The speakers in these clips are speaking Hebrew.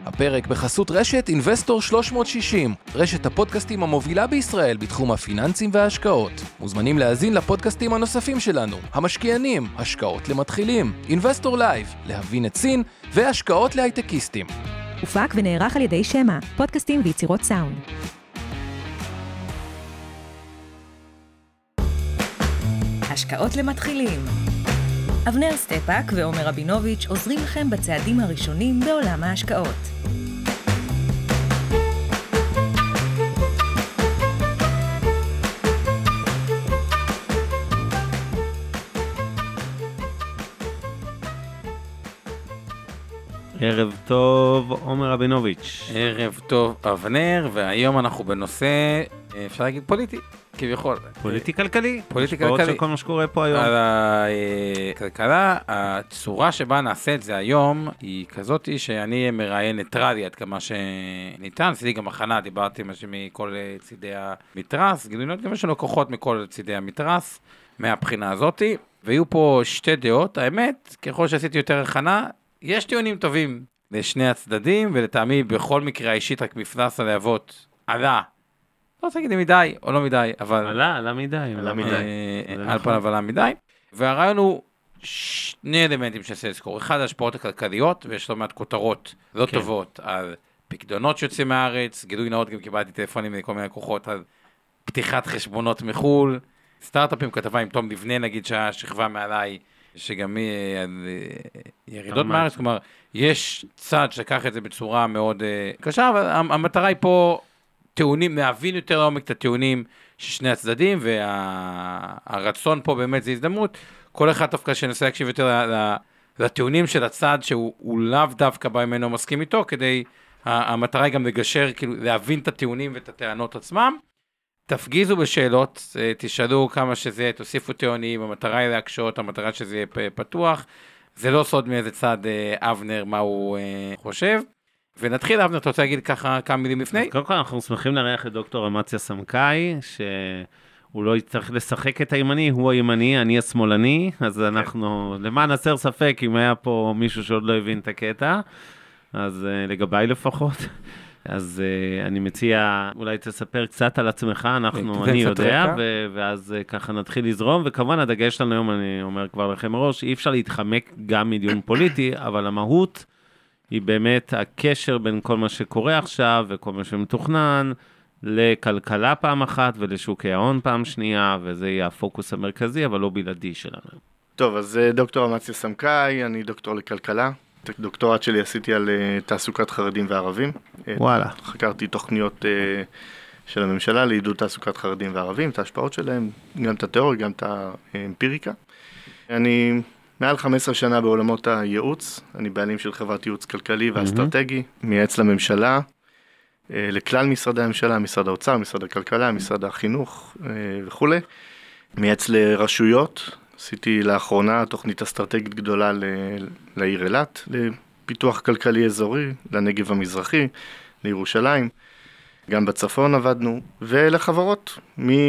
הפרק בחסות רשת Investor 360, רשת הפודקאסטים המובילה בישראל בתחום הפיננסים וההשקעות. מוזמנים להאזין לפודקאסטים הנוספים שלנו, המשקיענים, השקעות למתחילים, Investor Live, להבין את סין והשקעות להייטקיסטים. הופק ונערך על ידי שמה, פודקאסטים ויצירות סאונד. השקעות למתחילים. אבנר סטפאק ועומר רבינוביץ' עוזרים לכם בצעדים הראשונים בעולם ההשקעות. ערב טוב, עומר רבינוביץ'. ערב טוב, אבנר, והיום אנחנו בנושא, אפשר להגיד פוליטי, כביכול. פוליטי-כלכלי. פוליטי-כלכלי. של כל מה שקורה פה היום. על הכלכלה, הצורה שבה נעשה את זה היום, היא כזאת שאני מראיין ניטרלי עד כמה שניתן. עשיתי גם הכנה, דיברתי מכל צידי המתרס, גילויות גם יש לנו כוחות מכל צידי המתרס, מהבחינה הזאת, והיו פה שתי דעות. האמת, ככל שעשיתי יותר הכנה, יש טיעונים טובים לשני הצדדים, ולטעמי בכל מקרה האישית רק מפלס הלהבות עלה. לא רוצה להגיד מדי או לא מדי, אבל... עלה מדי. על פניו עלה מדי. והרעיון הוא שני אלמנטים שעשה לזכור. אחד, ההשפעות הכלכליות, ויש לו מעט כותרות לא טובות על פקדונות שיוצאים מהארץ, גילוי נאות גם קיבלתי טלפונים מכל מיני לקוחות על פתיחת חשבונות מחול, סטארט-אפים, כתבה עם תום לבנה, נגיד שהשכבה מעליי, שגם היא ירידות מארץ, כלומר, יש צד שלקח את זה בצורה מאוד קשה, אבל המטרה היא פה טיעונים, להבין יותר לעומק את הטיעונים של שני הצדדים, והרצון פה באמת זה הזדמנות, כל אחד דווקא שננסה להקשיב יותר לטיעונים של הצד, שהוא לאו דווקא בא ממנו מסכים איתו, כדי, המטרה היא גם לגשר, כאילו, להבין את הטיעונים ואת הטענות עצמם, תפגיזו בשאלות, תשאלו כמה שזה, תוסיפו טיעונים, המטרה היא להקשות, המטרה שזה יהיה פתוח, זה לא סוד מאיזה צד אבנר מה הוא חושב, ונתחיל. אבנר, אתה רוצה להגיד ככה כמה מילים לפני? קודם כל אנחנו שמחים לארח את דוקטור אמציה סמקאי, שהוא לא יצטרך לשחק את הימני, הוא הימני, אני השמאלני, אז אנחנו, למען הסר ספק, אם היה פה מישהו שעוד לא הבין את הקטע, אז לגביי לפחות. אז אני מציע, אולי תספר קצת על עצמך, אני יודע, ואז ככה נתחיל לזרום, וכמובן הדגש שלנו היום, אני אומר כבר לכם מראש, אי אפשר להתחמק גם מדיון פוליטי, אבל המהות היא באמת הקשר בין כל מה שקורה עכשיו, וכל מה שמתוכנן, לכלכלה פעם אחת, ולשוקי ההון פעם שנייה, וזה יהיה הפוקוס המרכזי, אבל לא בלעדי שלנו. טוב, אז דוקטור אמציה סמקאי, אני דוקטור לכלכלה. את הדוקטורט שלי עשיתי על תעסוקת חרדים וערבים. וואלה. חקרתי תוכניות של הממשלה לעידוד תעסוקת חרדים וערבים, את ההשפעות שלהם, גם את התיאוריה, גם את האמפיריקה. אני מעל 15 שנה בעולמות הייעוץ, אני בעלים של חברת ייעוץ כלכלי ואסטרטגי, מייעץ לממשלה, לכלל משרדי הממשלה, משרד האוצר, משרד הכלכלה, משרד החינוך וכו'. מייעץ לרשויות, עשיתי לאחרונה תוכנית אסטרטגית גדולה לעיר אילת, לפיתוח כלכלי אזורי, לנגב המזרחי, לירושלים, גם בצפון עבדנו, ולחברות,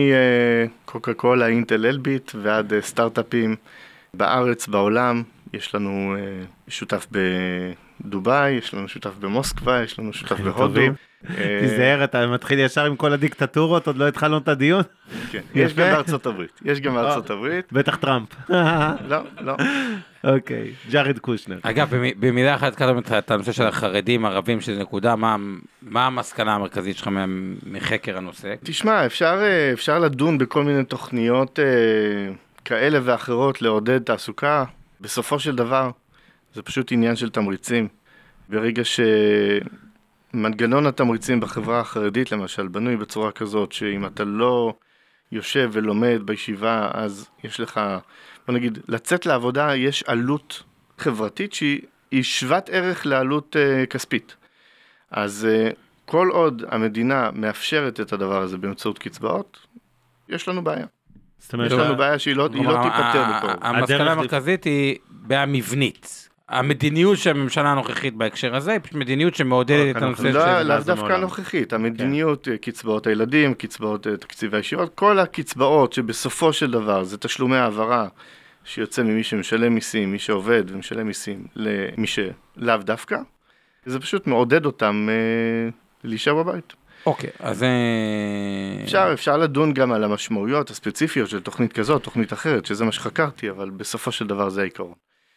מקוקה קולה, אינטל, אלביט, ועד סטארט-אפים בארץ, בעולם. יש לנו שותף בדוביי, יש לנו שותף במוסקבה, יש לנו שותף בהודו. תיזהר, אתה מתחיל ישר עם כל הדיקטטורות, עוד לא התחלנו את הדיון. יש גם בארצות הברית. בטח טראמפ. לא. אוקיי, ג'ארד קושנר. אגב, במילה אחת קדם את הנושא של החרדים, ערבים, שזה נקודה, מה המסקנה המרכזית שלך מחקר הנושא? תשמע, אפשר לדון בכל מיני תוכניות כאלה ואחרות לעודד תעסוקה. בסופו של דבר, זה פשוט עניין של תמריצים. ברגע מנגנון התמריצים בחברה החרדית, למשל, בנוי בצורה כזאת, שאם אתה לא יושב ולומד בישיבה, אז יש לך, בוא נגיד, לצאת לעבודה, יש עלות חברתית שהיא שוות ערך לעלות כספית. אז כל עוד המדינה מאפשרת את הדבר הזה באמצעות קצבאות, יש לנו בעיה. יש לנו בעיה שהיא לא תיפטר בקרוב. המסקנה המרכזית היא בעיה מבנית. המדיניות של הממשלה הנוכחית בהקשר הזה, היא מדיניות שמעודדת את הנושא של... לאו דווקא הנוכחית, המדיניות, קצבאות הילדים, קצבאות תקציב הישיבות, כל הקצבאות שבסופו של דבר זה תשלומי העברה שיוצא ממי שמשלם מיסים, מי שעובד ומשלם מיסים למי שלאו דווקא, זה פשוט מעודד אותם להישאר בבית. אוקיי, אז... אפשר לדון גם על המשמעויות הספציפיות של תוכנית כזאת, תוכנית אחרת, שזה מה שחקרתי, אבל בסופו של דבר זה העיקרון.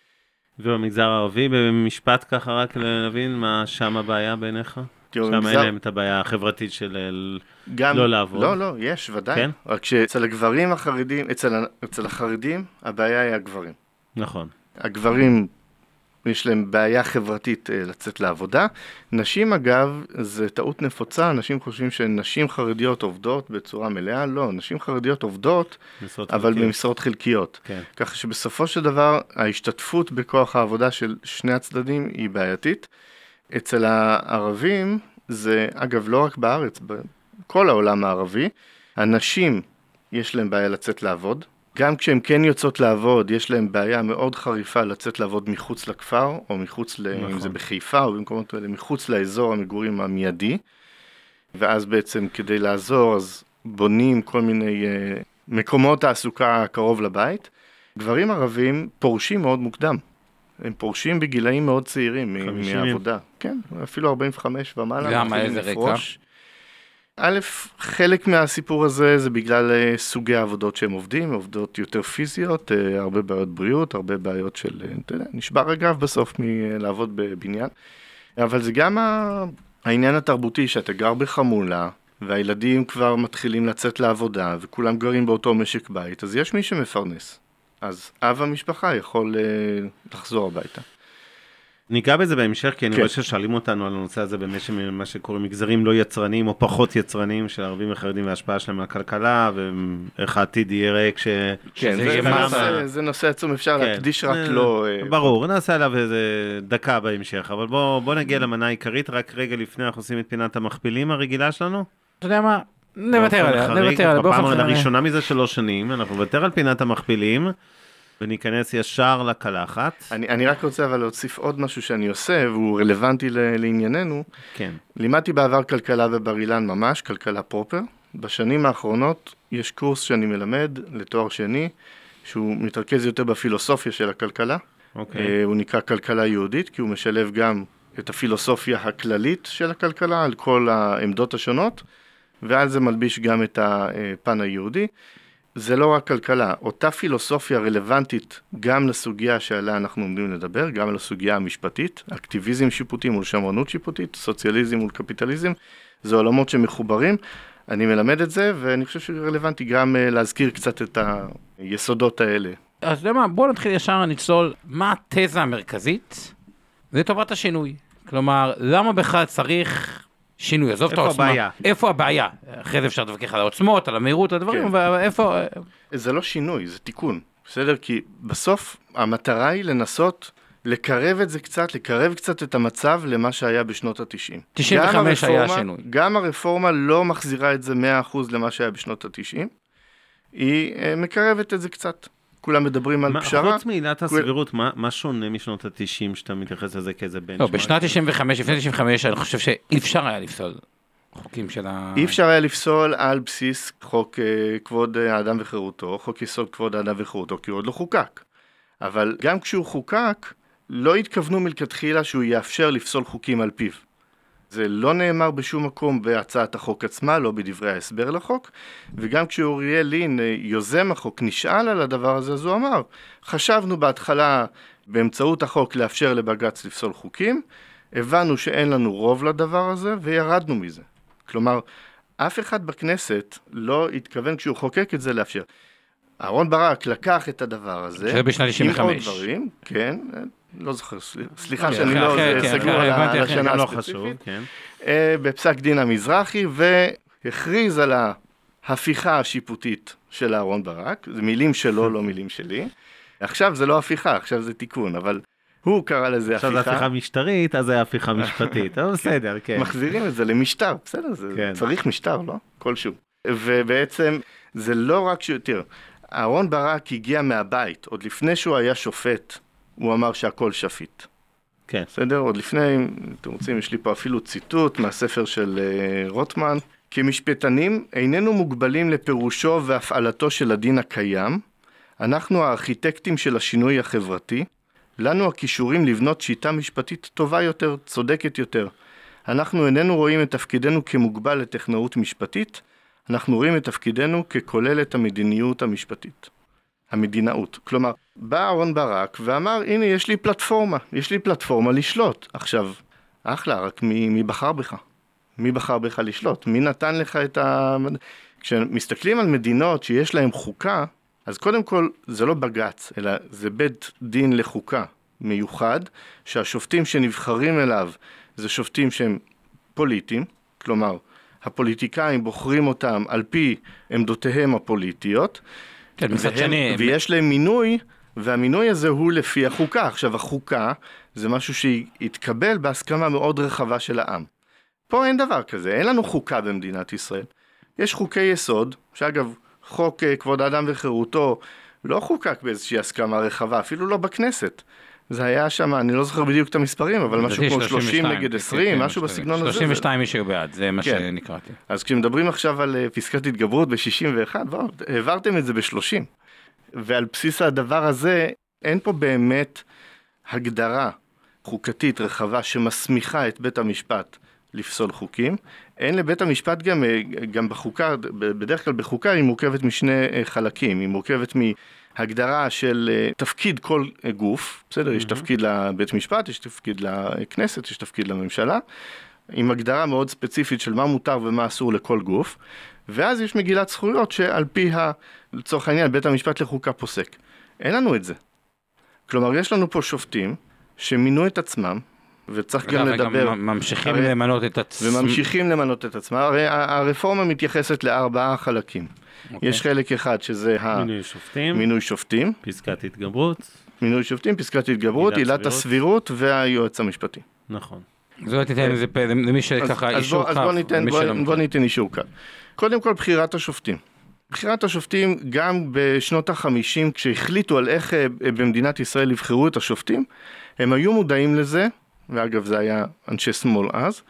ובמגזר הערבי, במשפט ככה רק להבין מה שם הבעיה בעיניך? שם אין להם את הבעיה החברתית של לא לעבוד. לא, יש, ודאי. כן? רק שאצל הגברים החרדים, אצל החרדים, הבעיה היא הגברים. נכון. הגברים, יש להם בעיה חברתית לצאת לעבודה. נשים, אגב, זה טעות נפוצה. אנשים חושבים שנשים חרדיות עובדות בצורה מלאה. לא, נשים חרדיות עובדות, אבל במשרות חלקיות. כן. ככה שבסופו של דבר, ההשתתפות בכוח העבודה של שני הצדדים היא בעייתית. אצל הערבים, זה, אגב, לא רק בארץ, בכל העולם הערבי, הנשים יש להם בעיה לצאת לעבוד. גם כשהן כן יוצאות לעבוד, יש להם בעיה מאוד חריפה לצאת לעבוד מחוץ לכפר, או מחוץ, אם זה בחיפה, או במקומות האלה, מחוץ לאזור המגורים המיידי. ואז בעצם כדי לעזור, אז בונים כל מיני מקומות תעסוקה קרוב לבית. גברים ערבים פורשים מאוד מוקדם. הם פורשים בגילאים מאוד צעירים מהעבודה. כן, אפילו 45 ומעלה. למה, איזה רקע? א', חלק מהסיפור הזה זה בגלל סוגי העבודות שהם עובדים, עובדות יותר פיזיות, הרבה בעיות בריאות, הרבה בעיות של, אתה יודע, נשבר אגב בסוף מלעבוד בבניין. אבל זה גם העניין התרבותי שאתה גר בחמולה, והילדים כבר מתחילים לצאת לעבודה, וכולם גרים באותו משק בית, אז יש מי שמפרנס. אז אב המשפחה יכול לחזור הביתה. ניגע בזה בהמשך, כי אני רואה ששאלים אותנו על הנושא הזה באמת מה שקוראים מגזרים לא יצרניים או פחות יצרניים של ערבים וחרדים וההשפעה שלהם על הכלכלה, ואיך העתיד יראה כן, זה נושא עצום, אפשר להקדיש רק לא... ברור, נעשה עליו איזה דקה בהמשך, אבל בוא נגיע למנה העיקרית, רק רגע לפני אנחנו עושים את פינת המכפילים הרגילה שלנו. אתה יודע מה? נוותר עליה. בפעם הראשונה מזה 3 שנים, אנחנו נוותר על פינת המכפילים, וניכנס ישר לקלחת. אני רק רוצה אבל להוסיף עוד משהו שאני עושה, והוא רלוונטי לענייננו. כן. לימדתי בעבר כלכלה בבר אילן ממש, כלכלה פרופר. בשנים האחרונות יש קורס שאני מלמד לתואר שני, שהוא מתרכז יותר בפילוסופיה של הכלכלה. אוקיי. הוא נקרא כלכלה יהודית, כי הוא משלב גם את הפילוסופיה הכללית של הכלכלה, על כל העמדות השונות, ועל זה מלביש גם את הפן היהודי. זה לא רק כלכלה, אותה פילוסופיה רלוונטית גם לסוגיה שעליה אנחנו עומדים לדבר, גם לסוגיה המשפטית, אקטיביזם שיפוטי מול שמרנות שיפוטית, סוציאליזם מול קפיטליזם, זה עולמות שמחוברים, אני מלמד את זה, ואני חושב שרלוונטי גם להזכיר קצת את היסודות האלה. אז למה, בואו נתחיל ישר לצלול, מה התזה המרכזית? זה טובת השינוי. כלומר, למה בכלל צריך... שינוי, עזוב את העוצמה. הבעיה? איפה הבעיה? אחרי זה אפשר להתווכח על העוצמות, על המהירות, על הדברים, אבל איפה... זה לא שינוי, זה תיקון. בסדר? כי בסוף המטרה היא לנסות לקרב את זה קצת, לקרב קצת את המצב למה שהיה בשנות ה-90. 95 היה שינוי. גם הרפורמה לא מחזירה את זה 100% למה שהיה בשנות ה-90. היא מקרבת את זה קצת. כולם מדברים על פשרה. חוץ מעילת הסבירות, מה שונה משנות ה-90 שאתה מתייחס לזה כאיזה בנצ'מארק? לא, בשנת 95, לפני 95, אני חושב שאי אפשר היה לפסול חוקים של אי אפשר היה לפסול על בסיס חוק כבוד האדם וחירותו, חוק יסוד כבוד האדם וחירותו, כי הוא עוד לא חוקק. אבל גם כשהוא חוקק, לא התכוונו מלכתחילה שהוא יאפשר לפסול חוקים על פיו. זה לא נאמר בשום מקום בהצעת החוק עצמה, לא בדברי ההסבר לחוק, וגם כשאוריאל לין, יוזם החוק, נשאל על הדבר הזה, אז הוא אמר, חשבנו בהתחלה באמצעות החוק לאפשר לבג"ץ לפסול חוקים, הבנו שאין לנו רוב לדבר הזה, וירדנו מזה. כלומר, אף אחד בכנסת לא התכוון כשהוא חוקק את זה לאפשר. אהרון ברק לקח את הדבר הזה, זה בשנת 95. עם עוד דברים, כן, לא זוכר, סליחה שאני לא סגור על השנה הספציפית, בפסק דין המזרחי, והכריז על ההפיכה השיפוטית של אהרון ברק, זה מילים שלו, לא מילים שלי. עכשיו זה לא הפיכה, עכשיו זה תיקון, אבל הוא קרא לזה הפיכה. עכשיו זה הפיכה משטרית, אז זה הפיכה משפטית, אבל בסדר, כן. מחזירים את זה למשטר, בסדר, צריך משטר, לא? כלשהו. ובעצם זה לא רק תראה, אהרון ברק הגיע מהבית, עוד לפני שהוא היה שופט, הוא אמר שהכל שפיט. כן. בסדר? עוד לפני, אם אתם רוצים, יש לי פה אפילו ציטוט מהספר של רוטמן. כמשפטנים, איננו מוגבלים לפירושו והפעלתו של הדין הקיים. אנחנו הארכיטקטים של השינוי החברתי, לנו הכישורים לבנות שיטה משפטית טובה יותר, צודקת יותר. אנחנו איננו רואים את תפקידנו כמוגבל לטכנאות משפטית, אנחנו רואים את תפקידנו ככולל את המדיניות המשפטית. המדינאות. כלומר, בא אהרן ברק ואמר, הנה יש לי פלטפורמה לשלוט. עכשיו, אחלה, רק מי בחר בך? מי בחר בך לשלוט? מי נתן לך את כשמסתכלים על מדינות שיש להן חוקה, אז קודם כל זה לא בג"ץ, אלא זה בית דין לחוקה מיוחד, שהשופטים שנבחרים אליו זה שופטים שהם פוליטיים, כלומר, הפוליטיקאים בוחרים אותם על פי עמדותיהם הפוליטיות, ויש להם מינוי, והמינוי הזה הוא לפי החוקה. עכשיו, החוקה זה משהו שהתקבל בהסכמה מאוד רחבה של העם. פה אין דבר כזה, אין לנו חוקה במדינת ישראל. יש חוקי יסוד, שאגב, חוק כבוד האדם וחירותו לא חוקק באיזושהי הסכמה רחבה, אפילו לא בכנסת. זה היה שם, אני לא זוכר בדיוק את המספרים, אבל משהו כמו 30 נגד 20, משהו בסגנון הזה. 32 מישהו בעד, זה מה שנקראתי. אז כשמדברים עכשיו על פסקת התגברות ב-61, העברתם את זה ב-30. ועל בסיס הדבר הזה, אין פה באמת הגדרה חוקתית רחבה שמסמיכה את בית המשפט לפסול חוקים. אין לבית המשפט גם בחוקה, בדרך כלל בחוקה היא מורכבת משני חלקים, היא מורכבת הגדרה של תפקיד כל גוף, בסדר? יש תפקיד לבית משפט, יש תפקיד לכנסת, יש תפקיד לממשלה, עם הגדרה מאוד ספציפית של מה מותר ומה אסור לכל גוף, ואז יש מגילת זכויות שעל פי לצורך העניין, בית המשפט לחוקה פוסק. אין לנו את זה. כלומר, יש לנו פה שופטים שמינו את עצמם, וצריך גם לדבר. ממשיכים למנות את עצמם. וממשיכים למנות את עצמם. הרי הרפורמה מתייחסת ל4 חלקים. יש חלק אחד שזה מינוי שופטים, פסקת התגברות, מינוי שופטים, פסקת התגברות, עילת הסבירות והיועץ המשפטי. נכון. אז לא תיתן איזה פה, למי שככה אישור קו. אז בוא ניתן אישור קו. קודם כל בחירת השופטים. בחירת השופטים גם בשנות ה-50, כשהחליטו על איך במדינת ישראל יבחרו את השופטים, הם היו מודעים לזה, ואגב זה היה אנשי שמאל אז,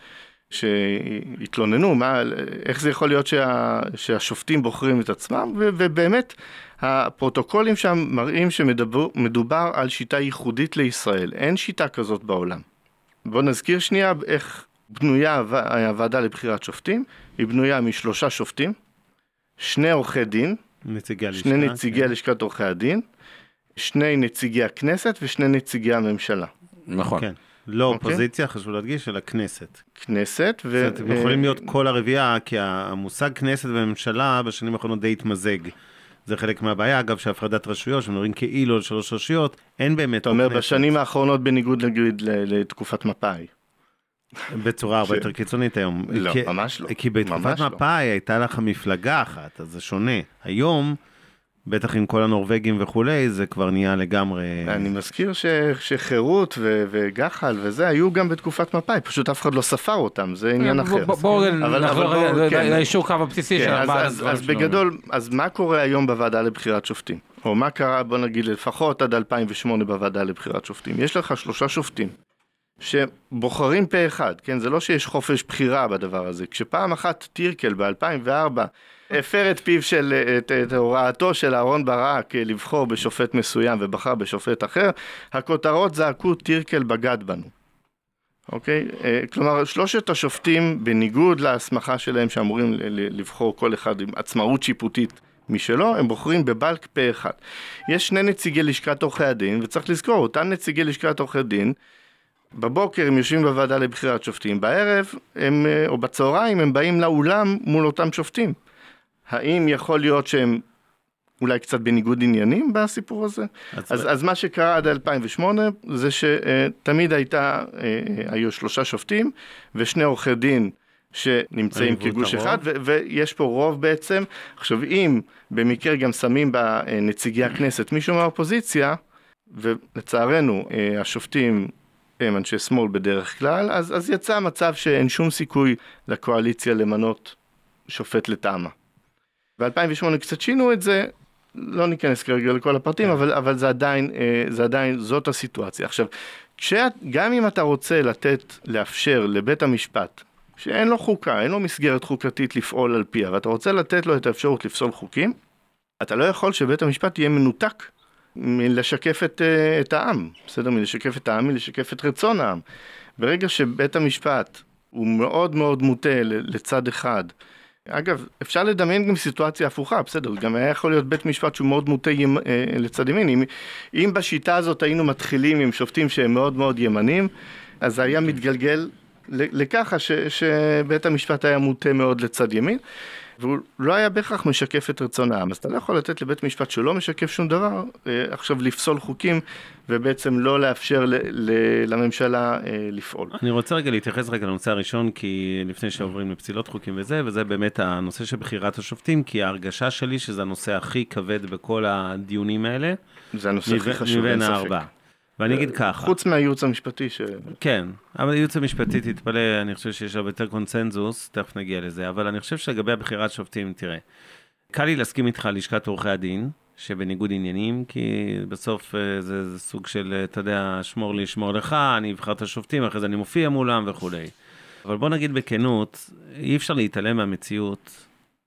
שהתלוננו, איך זה יכול להיות שהשופטים בוחרים את עצמם, ובאמת הפרוטוקולים שם מראים שמדובר על שיטה ייחודית לישראל, אין שיטה כזאת בעולם. בואו נזכיר שנייה איך בנויה הוועדה לבחירת שופטים, היא בנויה מ3 שופטים, 2 עורכי דין, 2 נציגי לשכת עורכי הדין, 2 נציגי הכנסת ו2 נציגי הממשלה. נכון. כן. לא אופוזיציה, חשוב להדגיש, אלא כנסת. כנסת, אתם יכולים להיות כל הרביעה, כי המושג כנסת וממשלה בשנים האחרונות די התמזג. זה חלק מהבעיה, אגב, שהפרדת רשויות, שמדברים כאילו על 3 רשויות, אין באמת... אתה אומר, בשנים האחרונות בניגוד לתקופת מפא"י. בצורה הרבה יותר קיצונית היום. לא, ממש לא. כי בתקופת מפא"י הייתה לך מפלגה אחת, אז זה שונה. היום... בטח עם כל הנורווגים וכולי, זה כבר נהיה לגמרי... אני מזכיר שחירות וגחל וזה היו גם בתקופת מפא"י, פשוט אף אחד לא ספר אותם, זה עניין אחר. בואו נחזור לאישור קו הבסיסי של... אז בגדול, אז מה קורה היום בוועדה לבחירת שופטים? או מה קרה, בוא נגיד, לפחות עד 2008 בוועדה לבחירת שופטים? יש לך 3 שופטים שבוחרים פה אחד, כן? זה לא שיש חופש בחירה בדבר הזה. כשפעם אחת טירקל ב-2004 הפר את פיו את הוראתו של אהרן ברק לבחור בשופט מסוים ובחר בשופט אחר, הכותרות זעקו טירקל בגד בנו. אוקיי? כלומר, 3 השופטים, בניגוד להסמכה שלהם שאמורים לבחור כל אחד עם עצמאות שיפוטית משלו, הם בוחרים בבלק פה אחד. יש 2 נציגי לשכת עורכי הדין, וצריך לזכור, אותם נציגי לשכת עורכי הדין, בבוקר הם יושבים בוועדה לבחירת שופטים, בערב או בצהריים הם באים לאולם מול אותם שופטים. האם יכול להיות שהם אולי קצת בניגוד עניינים בסיפור הזה? אז מה שקרה עד 2008 זה שתמיד היו 3 שופטים ו2 עורכי דין שנמצאים כגוש אחד, ויש פה רוב בעצם. עכשיו אם במקרה גם שמים בנציגי הכנסת מישהו מהאופוזיציה, ולצערנו השופטים הם אנשי שמאל בדרך כלל, אז יצא מצב שאין שום סיכוי לקואליציה למנות שופט לטעמה. ב-2008 קצת שינו את זה, לא ניכנס כרגע לכל הפרטים, אבל זה עדיין זאת הסיטואציה. עכשיו, גם אם אתה רוצה לאפשר לבית המשפט, שאין לו חוקה, אין לו מסגרת חוקתית לפעול על פיה, ואתה רוצה לתת לו את האפשרות לפסול חוקים, אתה לא יכול שבית המשפט יהיה מנותק מלשקף את העם, בסדר? מלשקף את העם, מלשקף את רצון העם. ברגע שבית המשפט הוא מאוד מאוד מוטה לצד אחד, אגב, אפשר לדמיין גם סיטואציה הפוכה, בסדר, גם היה יכול להיות בית משפט שהוא מאוד מוטה לצד ימין. אם בשיטה הזאת היינו מתחילים עם שופטים שהם מאוד מאוד ימנים, אז היה מתגלגל לככה שבית המשפט היה מוטה מאוד לצד ימין, והוא לא היה בהכרח משקף את רצון העם. אז אתה לא יכול לתת לבית משפט שלא משקף שום דבר, עכשיו לפסול חוקים, ובעצם לא לאפשר לממשלה לפעול. אני רוצה רגע להתייחס לנושא הראשון, כי לפני שעוברים לפסילות חוקים וזה באמת הנושא של בחירת השופטים, כי ההרגשה שלי שזה הנושא הכי כבד בכל הדיונים האלה. זה הנושא הכי חשוב, אין ספק. ואני אגיד ככה. חוץ מהייעוץ המשפטי כן, אבל הייעוץ המשפטי תתפלא, אני חושב שיש הרבה יותר קונצנזוס, תכף נגיע לזה, אבל אני חושב שלגבי הבחירת שופטים, תראה, קל לי להסכים איתך על לשכת עורכי הדין, שבניגוד עניינים, כי בסוף זה סוג של, אתה יודע, שמור לי, שמור לך, אני אבחר את השופטים, אחרי זה אני מופיע מולם וכו'. אבל בוא נגיד בכנות, אי אפשר להתעלם מהמציאות,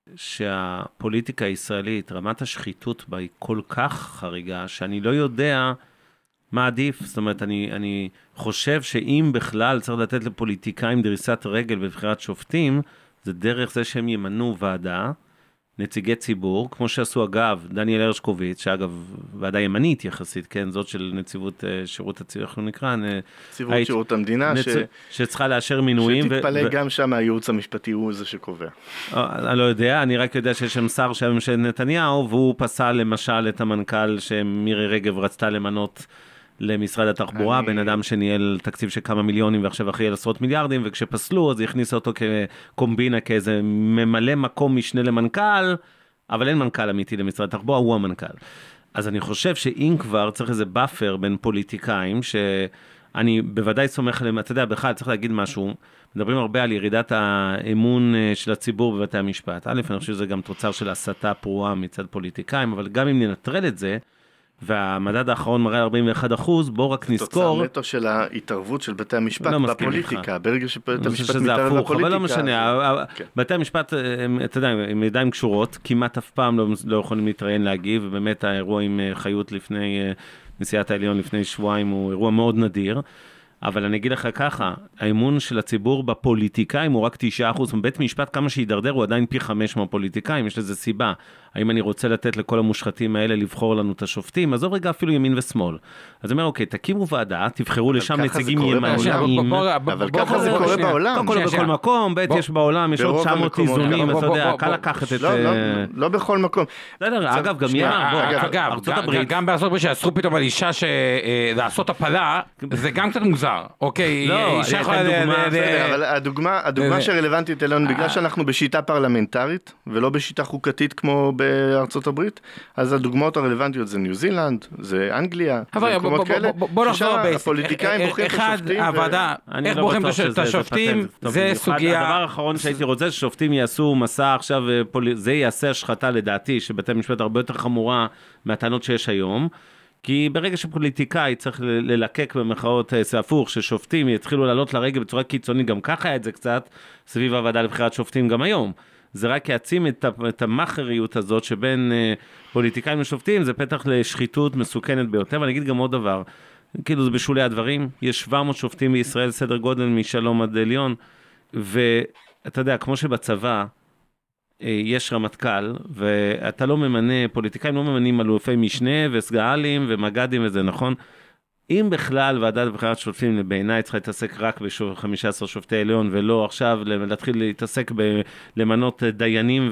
שהפוליטיקה הישראלית, רמת השחיתות בה היא כל כך חריגה, שאני לא יודע מה עדיף. זאת אומרת, אני חושב שאם בכלל צריך לתת לפוליטיקאים דריסת רגל בבחירת שופטים, זה דרך זה שהם ימנו ועדה, נציגי ציבור, כמו שעשו אגב דניאל הרשקוביץ, שאגב ועדה ימנית יחסית, כן, זאת של נציבות שירות הציבור, איך הוא נקרא? נציבות שירות המדינה, שצריכה לאשר מינויים. שתתפלא גם שם הייעוץ המשפטי הוא זה שקובע. אני לא יודע, אני רק יודע שיש שם שר של ממשלת נתניהו, והוא פסל למשל את המנכ"ל שמירי רגב רצתה למנות למשרד התחבורה, בן אדם שניהל תקציב של כמה מיליונים ועכשיו אחרי עשרות מיליארדים, וכשפסלו אז הכניסה אותו כקומבינה, כאיזה ממלא מקום משנה למנכ"ל, אבל אין מנכ"ל אמיתי למשרד התחבורה, הוא המנכ"ל. אז אני חושב שאם כבר צריך איזה באפר בין פוליטיקאים, שאני בוודאי סומך עליהם, אתה יודע, בכלל צריך להגיד משהו, מדברים הרבה על ירידת האמון של הציבור בבתי המשפט. א', אני חושב שזה גם תוצר של הסתה פרועה מצד פוליטיקאים, אבל גם אם ננטרל את זה, והמדד האחרון מראה 41%, בוא רק נזכור. תוצר נטו של ההתערבות של בתי המשפט בפוליטיקה, ברגע שבית המשפט מתערב בפוליטיקה. אבל לא משנה, בתי המשפט, אתה יודע, עם ידיים קשורות, כמעט אף פעם לא יכולים להתראיין להגיב, ובאמת האירוע עם חיות לפני נשיאת העליון לפני שבועיים הוא אירוע מאוד נדיר, אבל אני אגיד לך ככה, האמון של הציבור בפוליטיקאים הוא רק 9%, בית משפט כמה שידרדר הוא עדיין פי 5 מהפוליטיקאים, יש לזה סיבה. האם אני רוצה לתת לכל המושחתים האלה לבחור לנו את השופטים? עזוב רגע אפילו ימין ושמאל. אז אני אומר, אוקיי, תקימו ועדה, תבחרו לשם נציגים ימניים. אבל ככה זה קורה בעולם. לא בכל מקום, בית יש בעולם, יש עוד 900 איזונים, אתה יודע, קל לקחת את... לא בכל מקום. אגב, גם ארצות הברית. גם בארצות הברית שאסרו פתאום על אישה לעשות הפלה, זה גם קצת מוזר. אוקיי, אישה יכולה... אבל הדוגמה שרלוונטית אלינו, בגלל שאנחנו בשיטה פרלמנטרית, ולא בשיטה חוקתית כמו בארצות הברית, אז הדוגמאות הרלוונטיות זה ניו זילנד, זה אנגליה, זה מקומות כאלה, ששם הפוליטיקאים בוחרים את השופטים. הוועדה, איך בוחרים את השופטים, זה סוגיה... הדבר האחרון שהייתי רוצה, ששופטים יעשו מסע עכשיו, זה יעשה השחתה לדעתי, שבתי משפט הרבה יותר חמורה מהטענות שיש היום, כי ברגע שפוליטיקאי צריך ללקק במחאות הפוך, ששופטים יתחילו לעלות לרגל בצורה קיצונית, גם ככה היה את זה קצת, סביב הוועדה לבחירת שופטים גם היום. זה רק יעצים את המחריות הזאת שבין פוליטיקאים לשופטים, זה פתח לשחיתות מסוכנת ביותר, ואני אגיד גם עוד דבר, כאילו זה בשולי הדברים, יש 700 שופטים בישראל, סדר גודל משלום עד עליון, ואתה יודע, כמו שבצבא, יש רמטכ"ל, ואתה לא ממנה, פוליטיקאים לא ממנים אלופי משנה וסגאלים ומג"דים וזה, נכון? אם בכלל ועדת בחירת שופטים בעיניי צריכה להתעסק רק ב-15 שופטי עליון, ולא עכשיו להתחיל להתעסק למנות דיינים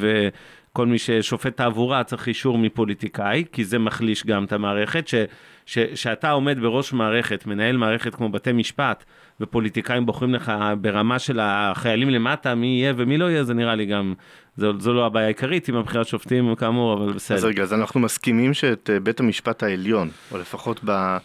וכל מי ששופט תעבורה צריך אישור מפוליטיקאי, כי זה מחליש גם את המערכת, שאתה עומד בראש מערכת, מנהל מערכת כמו בתי משפט, ופוליטיקאים בוחרים לך ברמה של החיילים למטה, מי יהיה ומי לא יהיה, זה נראה לי גם, זו לא הבעיה העיקרית עם הבחירת שופטים כאמור, אבל בסדר. אז רגע, אז אנחנו מסכימים שאת בית המשפט העליון, או לפחות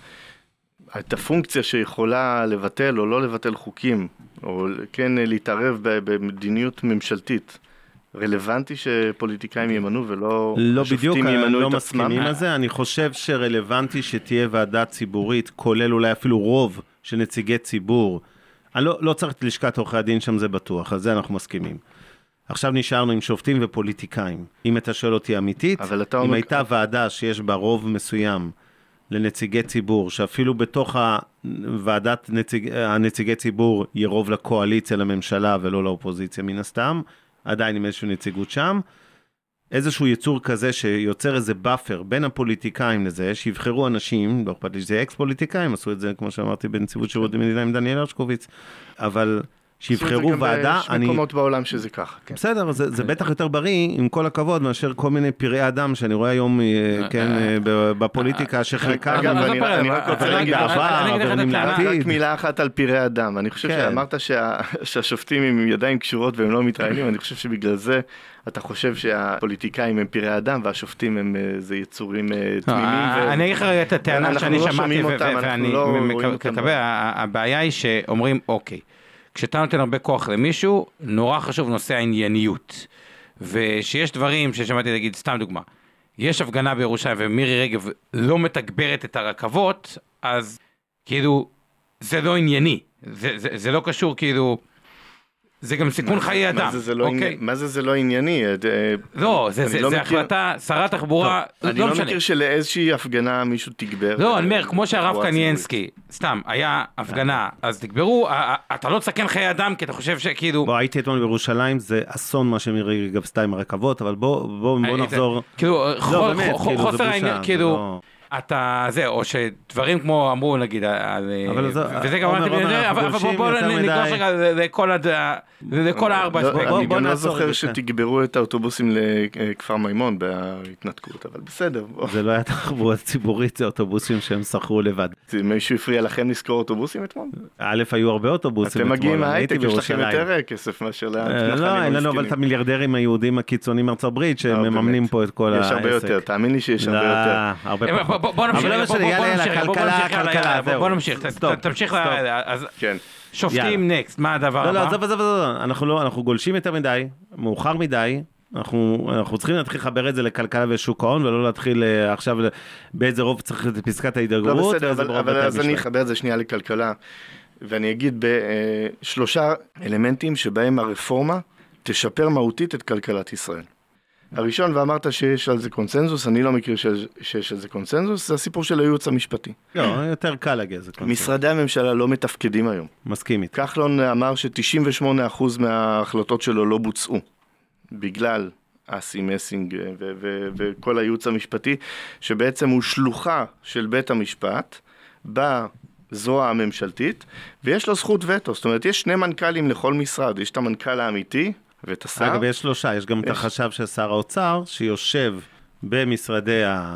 את הפונקציה שיכולה לבטל או לא לבטל חוקים, או כן להתערב במדיניות ממשלתית, רלוונטי שפוליטיקאים ימנו ולא השופטים ימנו את עצמם? לא בדיוק, אני לא מסכימים על זה, אני חושב שרלוונטי שתהיה ועדה ציבורית, כולל אולי אפילו רוב של נציגי ציבור, אני לא צריך את לשכת עורכי הדין שם, זה בטוח, על זה אנחנו מסכימים. עכשיו נשארנו עם שופטים ופוליטיקאים. אם אתה שואל אותי אמיתית, אם הייתה ועדה שיש בה רוב מסוים לנציגי ציבור, שאפילו בתוך ועדת הנציגי ציבור יהיה רוב לקואליציה, לממשלה ולא לאופוזיציה מן הסתם, עדיין עם איזושהי נציגות שם, איזשהו יצור כזה שיוצר איזה באפר בין הפוליטיקאים לזה, שיבחרו אנשים, לא אכפת לי שזה אקס-פוליטיקאים, עשו את זה, כמו שאמרתי, בנציבות שירות המדינה עם דניאל הרשקוביץ, אבל שיבחרו ועדה, יש מקומות בעולם שזה ככה. בסדר, זה בטח יותר בריא, עם כל הכבוד, מאשר כל מיני פראי אדם, שאני רואה היום, כן, בפוליטיקה, שחלקם, אגב, אני רק רוצה להגיד רק מילה אחת על פראי אדם. אני חושב שאמרת שהשופטים עם ידיים קשורות והם לא מתראיינים, אני חושב שבגלל זה אתה חושב שהפוליטיקאים הם פראי אדם, והשופטים הם זה יצורים תמימים. אני אגיד לך את הטענה שאני שמעתי, ואני מקבל, הבעיה היא שאומרים, אוקיי, כשאתה נותן הרבה כוח למישהו, נורא חשוב נושא הענייניות. ושיש דברים ששמעתי להגיד, סתם דוגמה, יש הפגנה בירושלים ומירי רגב לא מתגברת את הרכבות, אז כאילו, זה לא ענייני. זה לא קשור כאילו, זה גם סיכון חיי אדם. מה זה לא ענייני? לא, זה החלטה, שרת תחבורה, אני לא מכיר שלאיזושהי הפגנה מישהו תגבר. לא, אני אומר, כמו שהרב קניינסקי, סתם, היה הפגנה, אז תגברו, אתה לא תסכן חיי אדם, כי אתה חושב שכאילו... בוא, הייתי אתמול בירושלים, זה אסון מה שמירי רגב עשתה עם הרכבות, אבל בוא נחזור... כאילו, חוסר העניין, כאילו... אתה זה, או שדברים כמו אמרו נגיד, וזה גם אבל בואו נגלוש רגע לכל הארבע. אני גם לא זוכר שתגברו את האוטובוסים לכפר מימון בהתנתקות, אבל בסדר. זה לא היה תחבורה ציבורית, זה אוטובוסים שהם שכרו לבד. מישהו הפריע לכם לזכור אוטובוסים אתמול? א', היו הרבה אוטובוסים אתם מגיעים מההייטק, יש לכם יותר כסף מאשר לא, אין לנו אבל את המיליארדרים היהודים הקיצוניים מארצות הברית, שמממנים פה את כל העסק. יש הרבה יותר, תאמין לי שיש הרבה יותר. בוא נמשיך, תמשיך, שופטים נקסט, מה הדבר הבא? אנחנו גולשים יותר מדי, מאוחר מדי, אנחנו צריכים להתחיל לחבר את זה לכלכלה ושוק ההון, ולא להתחיל עכשיו באיזה רוב צריך את פסקת ההידרדרות. לא בסדר, אבל אז אני אחבר את זה שנייה לכלכלה, ואני אגיד בשלושה אלמנטים שבהם הרפורמה תשפר מהותית את כלכלת ישראל. הראשון, ואמרת שיש על זה קונסנזוס, אני לא מכיר שיש על זה קונסנזוס, זה הסיפור של הייעוץ המשפטי. לא, יותר קל להגיע זה קונסנזוס. משרדי הממשלה לא מתפקדים היום. מסכים איתי. כחלון אמר ש98% מההחלטות שלו לא בוצעו, בגלל אסי מסינג וכל הייעוץ המשפטי, שבעצם הוא שלוחה של בית המשפט, בזרוע הממשלתית, ויש לו זכות וטו, זאת אומרת, יש שני מנכ"לים לכל משרד, יש את המנכ"ל האמיתי, ואת השר. אגב, יש שלושה, יש גם את החשב של שר האוצר, שיושב במשרד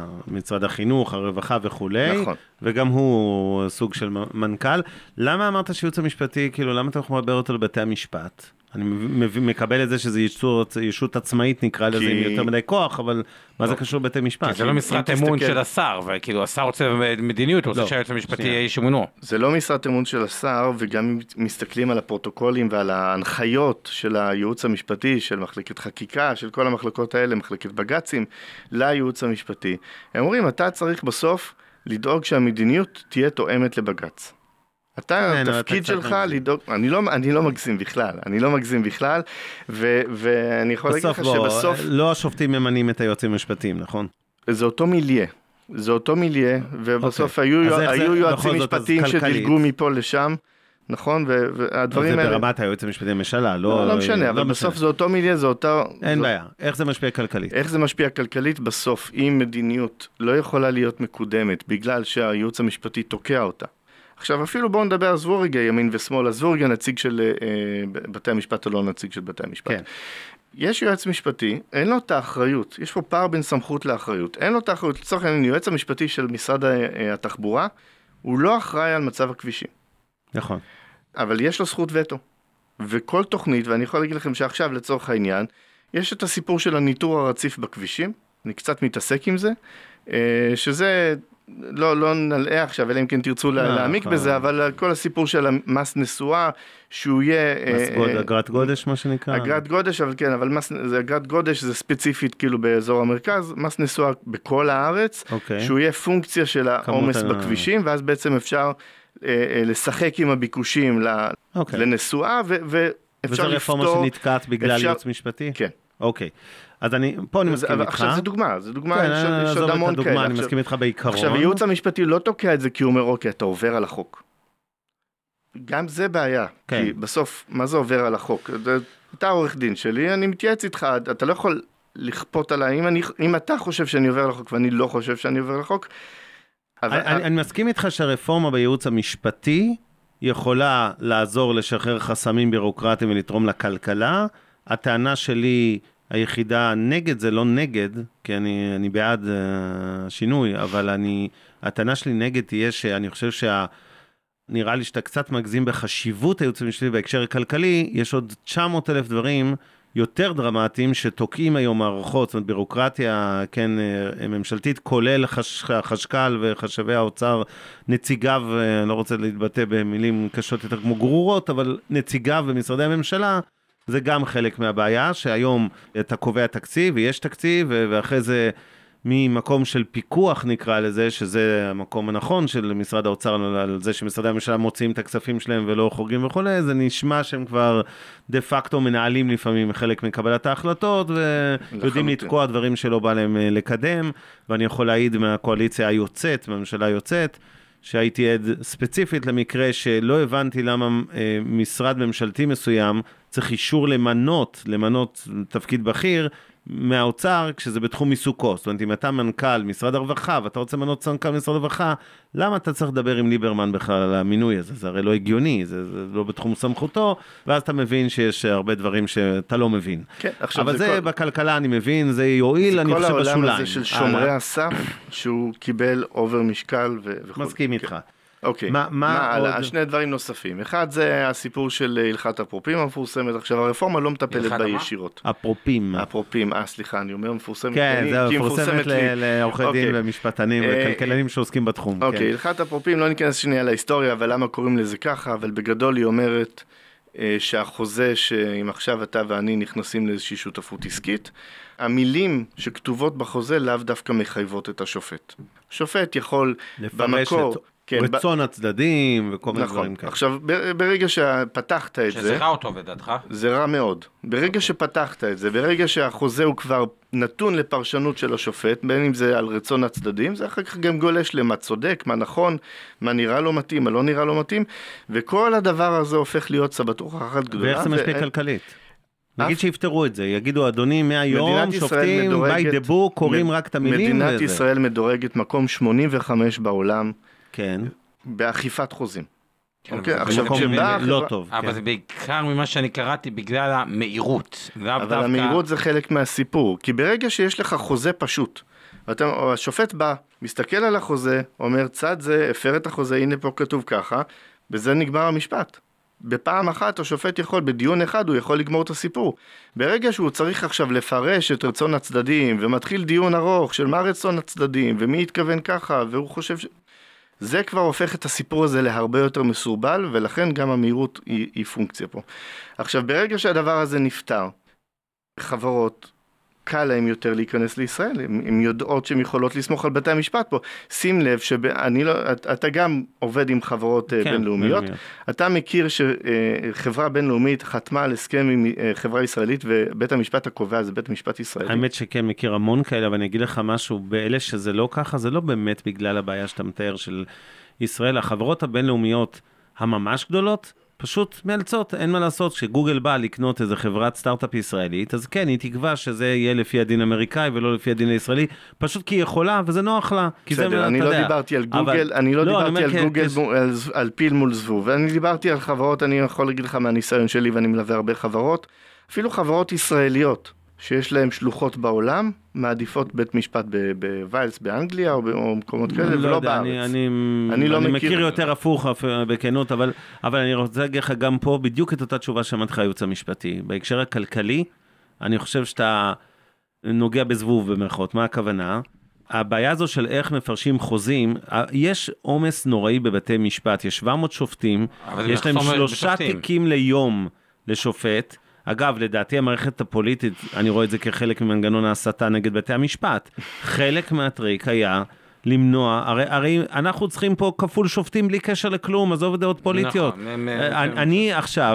החינוך, הרווחה וכו'. נכון. וגם הוא סוג של מנכ"ל. למה אמרת שייעוץ המשפטי, כאילו, למה אתה יכול לדבר אותו לבתי המשפט? אני מקבל את זה שזה ישות עצמאית, נקרא לזה, עם יותר מדי כוח, אבל מה זה קשור לבתי משפט? כי זה לא משרת אמון של השר, וכאילו השר רוצה מדיניות, רוצה שהיועץ המשפטי יהיה איש אמונו. זה לא משרת אמון של השר, וגם מסתכלים על הפרוטוקולים ועל ההנחיות של הייעוץ המשפטי, של מחלקת חקיקה, של כל המחלקות האלה, מחלקת בג"צים, לייעוץ המשפטי. הם אומרים, אתה צריך בסוף לדאוג שהמדיניות תהיה תואמת לבג"ץ. אתה, התפקיד שלך לדאוג, אני לא מגזים בכלל, ואני יכול להגיד לך שבסוף... לא השופטים ממנים את היועצים המשפטיים, נכון? זה אותו מיליה, ובסוף היו יועצים משפטיים שדילגו מפה לשם, נכון? והדברים האלה... זה ברמת היועץ המשפטי לממשלה, לא משנה, אבל בסוף זה אותו מיליה, זה אותו... אין בעיה, איך זה משפיע כלכלית? איך זה משפיע כלכלית? בסוף, אם מדיניות לא יכולה להיות מקודמת, בגלל שהייעוץ המשפטי תוקע אותה, עכשיו אפילו בואו נדבר, עזבו רגע ימין ושמאל, עזבו רגע נציג של בתי המשפט או לא נציג של בתי המשפט. כן. יש יועץ משפטי, אין לו את האחריות, יש פה פער בין סמכות לאחריות, אין לו את האחריות, לצורך העניין, יועץ המשפטי של משרד התחבורה, הוא לא אחראי על מצב הכבישים. נכון. אבל יש לו זכות וטו, וכל תוכנית, ואני יכול להגיד לכם שעכשיו לצורך העניין, יש את הסיפור של הניטור הרציף בכבישים, אני קצת מתעסק עם זה, שזה... לא נלאה עכשיו, אלא אם כן תרצו להעמיק בזה, אבל כל הסיפור של המס נסועה, שהוא יהיה... אגרת גודש, מה שנקרא. אגרת גודש, אבל כן, אבל אגרת גודש זה ספציפית כאילו באזור המרכז, מס נסועה בכל הארץ, שהוא יהיה פונקציה של העומס בכבישים, ואז בעצם אפשר לשחק עם הביקושים לנסועה, וזו רפורמה שנתקעת בגלל ייעוץ משפטי? כן. אוקיי. אז פה אני מסכים איתך. עכשיו זה דוגמה, כן, יש עוד המון כאלה. אני מסכים איתך בעיקרון. עכשיו, ייעוץ המשפטי לא תוקע את זה כי הוא אומר, אוקיי, אתה עובר על החוק. גם זה בעיה, כן. כי בסוף, מה זה עובר על החוק? אתה עורך דין שלי, אני מתייעץ איתך, אתה לא יכול לכפות עליי, אם אתה חושב שאני עובר על החוק ואני לא חושב שאני עובר על החוק, אני מסכים איתך שהרפורמה בייעוץ המשפטי יכולה לעזור לשחרר חסמים בירוקרטיים ולתרום לכלכלה. הטענה שלי היחידה נגד זה לא נגד, כי אני בעד השינוי, אבל הטענה שלי נגד תהיה שאני חושב נראה לי שאתה קצת מגזים בחשיבות הייעוץ המשפטי בהקשר הכלכלי, יש עוד 900,000 דברים יותר דרמטיים שתוקעים היום מערכות, זאת אומרת בירוקרטיה, כן, ממשלתית, כולל החשכ"ל וחשבי האוצר, נציגיו, אני לא רוצה להתבטא במילים קשות יותר כמו גרורות, אבל נציגיו במשרדי הממשלה, זה גם חלק מהבעיה, שהיום אתה קובע תקציב, ויש תקציב, ואחרי זה ממקום של פיקוח נקרא לזה, שזה המקום הנכון של משרד האוצר, על זה שמשרדי הממשלה מוציאים את הכספים שלהם ולא חורגים וכו', זה נשמע שהם כבר דה פקטו מנהלים לפעמים חלק מקבלת ההחלטות, ויודעים לתקוע דברים שלא בא להם לקדם, ואני יכול להעיד מהקואליציה היוצאת, מהממשלה היוצאת, שהייתי עד ספציפית למקרה שלא הבנתי למה משרד ממשלתי מסוים צריך אישור למנות תפקיד בכיר מהאוצר כשזה בתחום עיסוקו. זאת אומרת, אם אתה מנכ"ל משרד הרווחה ואתה רוצה למנות מנכ"ל משרד הרווחה, למה אתה צריך לדבר עם ליברמן בכלל על המינוי הזה? זה הרי לא הגיוני, זה לא בתחום סמכותו, ואז אתה מבין שיש הרבה דברים שאתה לא מבין. כן, אבל זה בכלכלה אני מבין, זה יועיל, אני חושב בשוליים. זה כל העולם הזה של שומרי הסף, שהוא קיבל אובר משקל וכו'. מסכים איתך. אוקיי, שני דברים נוספים. אחד זה הסיפור של הלכת אפרופים המפורסמת. עכשיו הרפורמה לא מטפלת בה ישירות. אפרופים, סליחה, אני אומר מפורסמת. כן, זה מפורסמת לעורכי דין ומשפטנים וכלכלנים שעוסקים בתחום. אוקיי, הלכת אפרופים, לא ניכנס שנייה להיסטוריה, אבל למה קוראים לזה ככה, אבל בגדול היא אומרת שהחוזה שאם עכשיו אתה ואני נכנסים לאיזושהי שותפות עסקית, המילים שכתובות בחוזה לאו דווקא מחייבות את השופט. השופט יכול במקור רצון הצדדים וכל מיני דברים כאלה. עכשיו, ברגע שפתחת את זה... שזה רע אותו בדעתך? זה רע מאוד. ברגע שפתחת את זה, ברגע שהחוזה הוא כבר נתון לפרשנות של השופט, בין אם זה על רצון הצדדים, זה אחר כך גם גולש למה צודק, מה נכון, מה נראה לא מתאים, מה לא נראה לא מתאים, וכל הדבר הזה הופך להיות סבתוך אחת גדולה. ואיך זה משפיע כלכלית? נגיד שיפתרו את זה, יגידו אדוני מהיום שופטים, by the book, קוראים רק את המילים. מדינת ישראל מדורגת מקום 85 בעולם, כן. באכיפת חוזים. אוקיי, עכשיו לא טוב. אבל זה בעיקר ממה שאני קראתי בגלל המהירות. אבל המהירות זה חלק מהסיפור, כי ברגע שיש לך חוזה פשוט, השופט בא, מסתכל על החוזה, אומר צד זה, הפר את החוזה, הנה פה כתוב ככה, בזה נגמר המשפט. בפעם אחת השופט יכול, בדיון אחד הוא יכול לגמור את הסיפור. ברגע שהוא צריך עכשיו לפרש את רצון הצדדים, ומתחיל דיון ארוך של מה רצון הצדדים, ומי יתכוון ככה, והוא חושב זה כבר הופך את הסיפור הזה להרבה יותר מסורבל, ולכן גם המהירות היא פונקציה פה. עכשיו, ברגע שהדבר הזה נפתר, חברות, קל להם יותר להיכנס לישראל, הם יודעות שהן יכולות לסמוך על בתי המשפט פה. שים לב אתה גם עובד עם חברות בינלאומיות, אתה מכיר שחברה בינלאומית חתמה על הסכם עם חברה ישראלית, ובית המשפט הקובע זה בית המשפט ישראלי. האמת שכן, מכיר המון כאלה, אבל אני אגיד לך משהו, באלה שזה לא ככה, זה לא באמת בגלל הבעיה שאתה מתאר של ישראל. החברות הבינלאומיות הממש גדולות, פשוט מאלצות, אין מה לעשות, כשגוגל בא לקנות איזה חברת סטארט-אפ ישראלית, אז כן, היא תקווה שזה יהיה לפי הדין האמריקאי ולא לפי הדין הישראלי, פשוט כי היא יכולה וזה נוח לה. בסדר, אני לא דיברתי על גוגל, אני לא דיברתי על גוגל על פיל מול זבוב, ואני דיברתי על חברות, אני יכול להגיד לך מהניסיון שלי, ואני מלווה הרבה חברות, אפילו חברות ישראליות, שיש להם שלוחות בעולם, מעדיפות בית משפט בווילס באנגליה או במקומות כאלה, ולא בארץ. אני מכיר יותר הפוך בכנות, אבל אני רוצה להגיד לך גם פה בדיוק את אותה תשובה שאמרת לך הייעוץ המשפטי. בהקשר הכלכלי, אני חושב שאתה נוגע בזבוב במרכאות. מה הכוונה? הבעיה הזו של איך מפרשים חוזים, יש עומס נוראי בבתי משפט, יש 700 שופטים, יש להם 3 תיקים ליום לשופט, אגב, לדעתי המערכת הפוליטית, אני רואה את זה כחלק ממנגנון ההסתה נגד בתי המשפט. חלק מהטריק היה למנוע, הרי אנחנו צריכים פה כפול שופטים בלי קשר לכלום, עזוב דעות פוליטיות. אני עכשיו,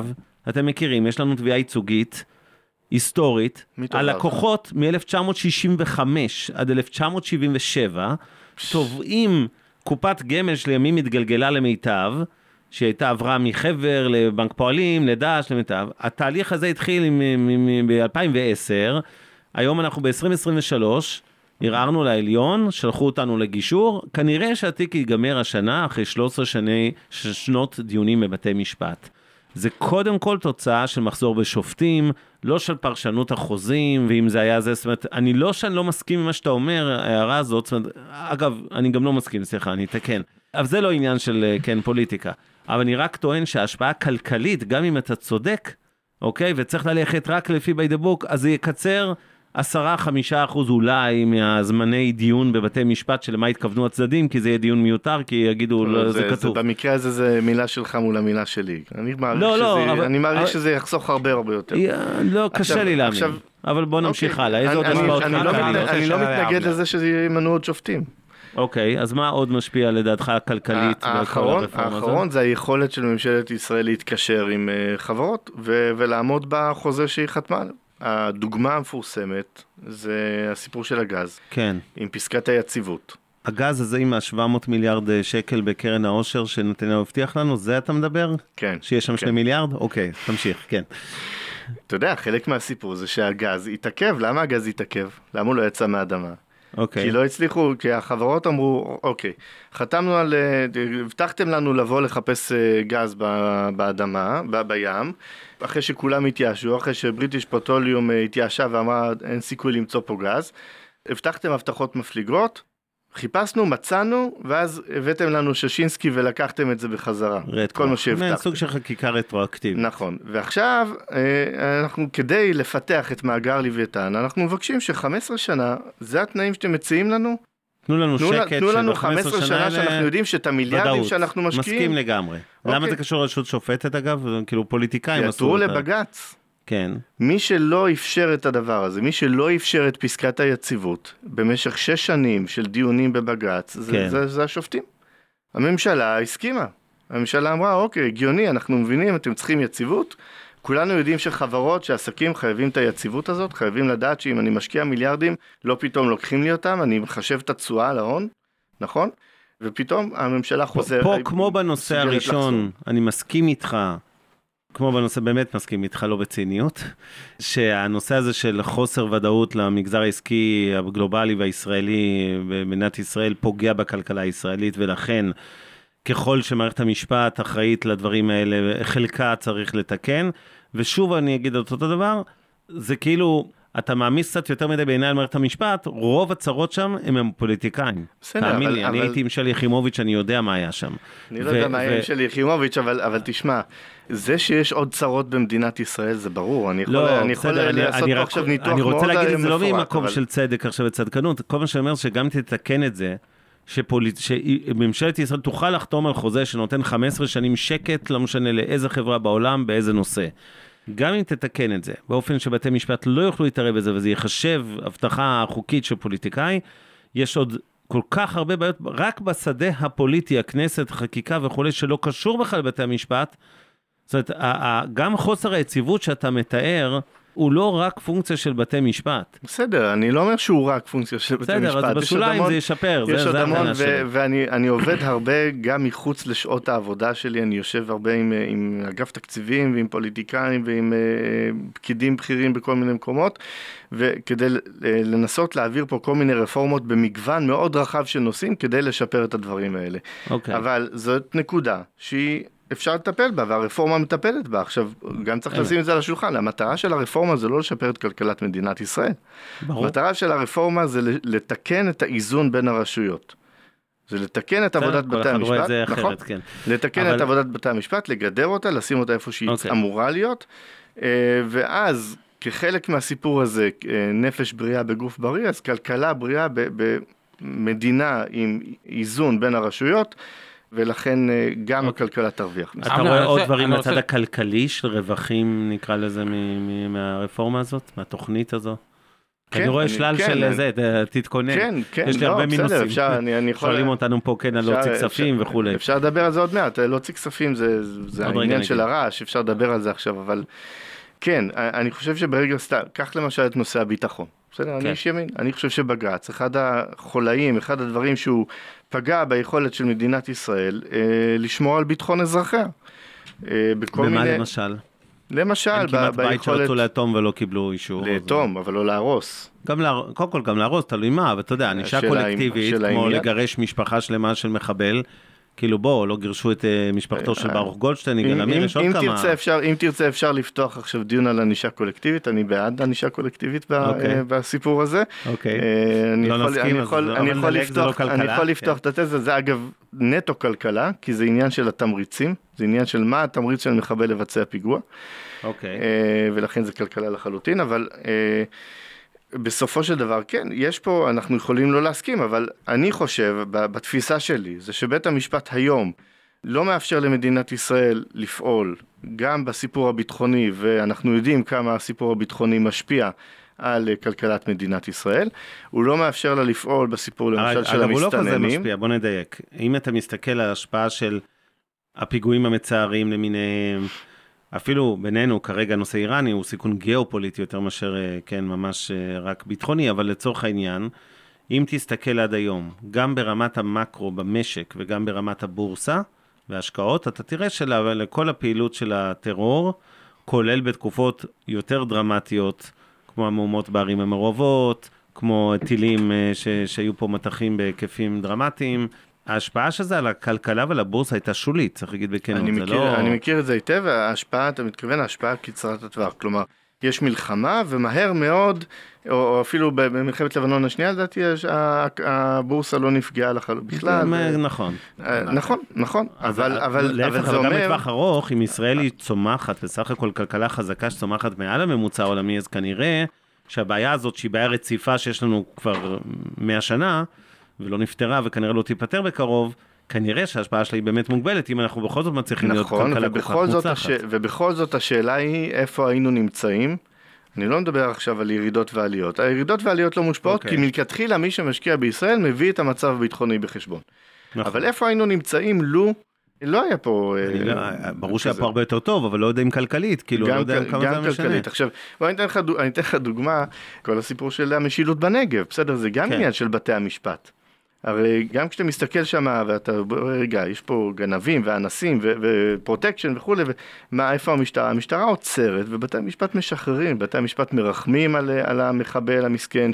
אתם מכירים, יש לנו תביעה ייצוגית, היסטורית, הלקוחות מ-1965 עד 1977, תובעים קופת גמל שלימים מתגלגלה למיטב, שהייתה עברה מחבר לבנק פועלים, לדש, למיטב. התהליך הזה התחיל ב-2010, היום אנחנו ב-2023, ערערנו לעליון, שלחו אותנו לגישור, כנראה שהתיק ייגמר השנה, אחרי 13 שנות דיונים בבתי משפט. זה קודם כל תוצאה של מחזור בשופטים, לא של פרשנות החוזים, ואם זה היה זה, זאת אומרת, שאני לא מסכים עם מה שאתה אומר, ההערה הזאת, זאת אומרת, אגב, אני גם לא מסכים, סליחה, אני אתקן. אבל זה לא עניין של, כן, פוליטיקה. אבל אני רק טוען שההשפעה הכלכלית, גם אם אתה צודק, אוקיי, וצריך ללכת רק לפי by the book, אז זה יקצר 10-5% אולי מהזמני דיון בבתי משפט שלמה התכוונו הצדדים, כי זה יהיה דיון מיותר, כי יגידו, זה כתוב. במקרה הזה זה מילה שלך מול המילה שלי. אני מעריך שזה יחסוך הרבה יותר. לא, קשה לי להאמין. אבל בוא נמשיך הלאה. איזה עוד השפעות כלכליות? אני לא מתנגד לזה שימנו עוד שופטים. אוקיי, אז מה עוד משפיע לדעתך הכלכלית? האחרון זה היכולת של ממשלת ישראל להתקשר עם חברות ולעמוד בחוזה שהיא חתמה. הדוגמה המפורסמת זה הסיפור של הגז. כן. עם פסקת היציבות. הגז הזה עם ה-700 מיליארד שקל בקרן העושר שנתניהו הבטיח לנו, זה אתה מדבר? כן. שיש שם 2 מיליארד? אוקיי, תמשיך, כן. אתה יודע, חלק מהסיפור זה שהגז יתעכב. למה הגז יתעכב? למה הוא לא יצא מהאדמה? אוקיי. כי לא הצליחו, כי החברות אמרו, אוקיי, חתמנו על, הבטחתם לנו לבוא לחפש גז באדמה, בים, אחרי שכולם התייאשו, אחרי שבריטיש פטרוליום התייאשה ואמרה, אין סיכוי למצוא פה גז, הבטחתם הבטחות מפליגות, חיפשנו, מצאנו, ואז הבאתם לנו ששינסקי ולקחתם את זה בחזרה. כל מה שהבטחתם. סוג של חקיקה רטרואקטיבית. נכון. ועכשיו, אנחנו כדי לפתח את מאגר לוויתן, אנחנו מבקשים ש15 שנה, זה התנאים שאתם מציעים לנו? תנו לנו שקט תנו לנו 15 שנה שאנחנו יודעים שאת המיליארדים שאנחנו משקיעים. מסכים לגמרי. למה זה קשור לרשות שופטת אגב? כאילו פוליטיקאים יעתרו לבג"ץ. כן. מי שלא אפשר את הדבר הזה, מי שלא אפשר את פסקת היציבות, במשך 6 שנים של דיונים בבג"ץ, זה השופטים. הממשלה הסכימה. הממשלה אמרה, אוקיי, הגיוני, אנחנו מבינים, אתם צריכים יציבות. כולנו יודעים שחברות, שעסקים חייבים את היציבות הזאת, חייבים לדעת שאם אני משקיע מיליארדים, לא פתאום לוקחים לי אותם, אני מחשב את התשואה על ההון, נכון? ופתאום הממשלה חוזרת. פה כמו בנושא הראשון, אני מסכים איתך, כמו בנושא, באמת מסכים איתך, לא בציניות, שהנושא הזה של חוסר ודאות למגזר העסקי הגלובלי והישראלי במדינת ישראל פוגע בכלכלה הישראלית, ולכן ככל שמערכת המשפט אחראית לדברים האלה, חלקה צריך לתקן, ושוב אני אגיד את אותו דבר, זה כאילו, אתה מעמיס קצת יותר מדי בעיני על מערכת המשפט, רוב הצרות שם הם פוליטיקאים. תאמין לי, אני הייתי עם שלי יחימוביץ', אני יודע מה היה שם. אני לא יודע מה היה עם שלי יחימוביץ', אבל תשמע, זה שיש עוד צרות במדינת ישראל, זה ברור. אני יכול לעשות פה עכשיו ניתוח מאוד מפורט. אני רוצה להגיד את זה לא ממקום של צדק עכשיו וצדקנות, כל מה שאומר שגם תתקן את זה, שממשלת ישראל תוכל לחתום על חוזה שנותן 15 שנים שקט, לא משנה לאיזה חברה בעולם, באיזה נושא. גם אם תתקן את זה, באופן שבתי משפט לא יוכלו להתערב בזה, וזה יחשב הבטחה חוקית של פוליטיקאי, יש עוד כל כך הרבה בעיות, רק בשדה הפוליטי, הכנסת, חקיקה וכו', שלא קשור בכלל לבתי המשפט. זאת אומרת, גם חוסר היציבות שאתה מתאר, הוא לא רק פונקציה של בתי משפט. בסדר, אני לא אומר שהוא רק פונקציה של בתי משפט. בסדר, אז בשוליים זה ישפר. יש עוד המון, ואני עובד הרבה גם מחוץ לשעות העבודה שלי, אני יושב הרבה עם אגף תקציבים, ועם פוליטיקאים, ועם פקידים בכירים בכל מיני מקומות, וכדי לנסות להעביר פה כל מיני רפורמות במגוון מאוד רחב של נושאים, כדי לשפר את הדברים האלה. אבל זאת נקודה שהיא אפשר לטפל בה, והרפורמה מטפלת בה. עכשיו, גם צריך לשים את זה על השולחן. המטרה של הרפורמה זה לא לשפר את כלכלת מדינת ישראל. המטרה של הרפורמה זה לתקן את האיזון בין הרשויות. זה לתקן את עבודת בתי המשפט, נכון? לתקן את עבודת בתי המשפט, לגדר אותה, לשים אותה איפה שהיא אמורה להיות, ואז, כחלק מהסיפור הזה, נפש בריאה בגוף בריא, אז כלכלה בריאה במדינה עם איזון בין הרשויות, ולכן גם הכלכלה תרוויח. אתה רואה עוד דברים לצד הכלכלי של רווחים, נקרא לזה, מהרפורמה הזאת, מהתוכנית הזו? אני רואה שלל של זה, תתכונן. כן, יש לי הרבה מינוסים. שואלים אותנו פה כן על להוציא כספים וכו'. אפשר לדבר על זה עוד מעט, להוציא כספים זה העניין של הרעש, אפשר לדבר על זה עכשיו, אבל כן, אני חושב שברגע סתם, קח למשל את נושא הביטחון. בסדר, אני איש ימין. אני חושב שבג"ץ, אחד החולאים, אחד הדברים שהוא פגע ביכולת של מדינת ישראל, לשמור על ביטחון אזרחיה. במה למשל? למשל, אין כמעט בית שרצו לאטום ולא קיבלו אישור. לאטום, אבל לא להרוס. קודם כל גם להרוס, תלוי מה, אבל אתה יודע, ענישה קולקטיבית, כמו לגרש משפחה שלמה של מחבל, כאילו בוא, לא גירשו את משפחתו של ברוך גולדשטיין, יגאל עמיר, יש עוד כמה. אם תרצה אפשר לפתוח עכשיו דיון על ענישה קולקטיבית, אני בעד ענישה קולקטיבית בסיפור הזה. אני יכול לפתוח את התזה, זה אגב נטו כלכלה, כי זה עניין של התמריצים, זה עניין של מה התמריץ של מחבל לבצע פיגוע, ולכן זה כלכלה לחלוטין, אבל בסופו של דבר, כן, יש פה, אנחנו יכולים לא להסכים, אבל אני חושב, בתפיסה שלי, זה שבית המשפט היום לא מאפשר למדינת ישראל לפעול, גם בסיפור הביטחוני, ואנחנו יודעים כמה הסיפור הביטחוני משפיע על כלכלת מדינת ישראל, הוא לא מאפשר לה לפעול בסיפור למשל של המסתננים. אגב, הוא לא כזה משפיע, בוא נדייק. אם אתה מסתכל על ההשפעה של הפיגועים המצערים למיניהם, אפילו בינינו כרגע נושא איראני הוא סיכון גיאופוליטי יותר מאשר, כן, ממש רק ביטחוני, אבל לצורך העניין, אם תסתכל עד היום, גם ברמת המקרו במשק וגם ברמת הבורסה וההשקעות, אתה תראה שלכל הפעילות של הטרור, כולל בתקופות יותר דרמטיות, כמו המהומות בערים המעורבות, כמו טילים שהיו פה מתחים בהיקפים דרמטיים, ההשפעה של זה על הכלכלה ועל הבורסה הייתה שולית, צריך להגיד בכנות. אני מכיר את זה היטב, ההשפעה, אתה מתכוון, ההשפעה קצרת הטווח, כלומר, יש מלחמה ומהר מאוד, או אפילו במלחמת לבנון השנייה, לדעתי, הבורסה לא נפגעה בכלל. נכון. נכון, אבל להפך, אבל גם בטווח ארוך, אם ישראל היא צומחת, וסך הכל כלכלה חזקה שצומחת מעל הממוצע העולמי, אז כנראה שהבעיה הזאת, שהיא בעיה רציפה שיש לנו כבר 100 שנה, ולא נפטרה וכנראה לא תיפטר בקרוב, כנראה שההשפעה שלה היא באמת מוגבלת, אם אנחנו בכל זאת מצליחים להיות כלכלה כל כך מוצלחת. ובכל זאת השאלה היא איפה היינו נמצאים. אני לא מדבר עכשיו על ירידות ועליות. הירידות ועליות לא מושפעות, כי מלכתחילה מי שמשקיע בישראל מביא את המצב הביטחוני בחשבון. אבל איפה היינו נמצאים לו לא היה פה... ברור שהיה פה הרבה יותר טוב, אבל לא יודע אם כלכלית, כאילו לא יודע כמה זה משנה. עכשיו, אני אתן לך דוגמה, כל הסיפור של המשילות בנגב, בסדר, זה גם עניין של בתי המשפט. הרי גם כשאתה מסתכל שם, ואתה, רגע, יש פה גנבים ואנסים ופרוטקשן וכו', איפה המשטרה? המשטרה עוצרת, ובתי המשפט משחררים, בתי המשפט מרחמים על המחבל המסכן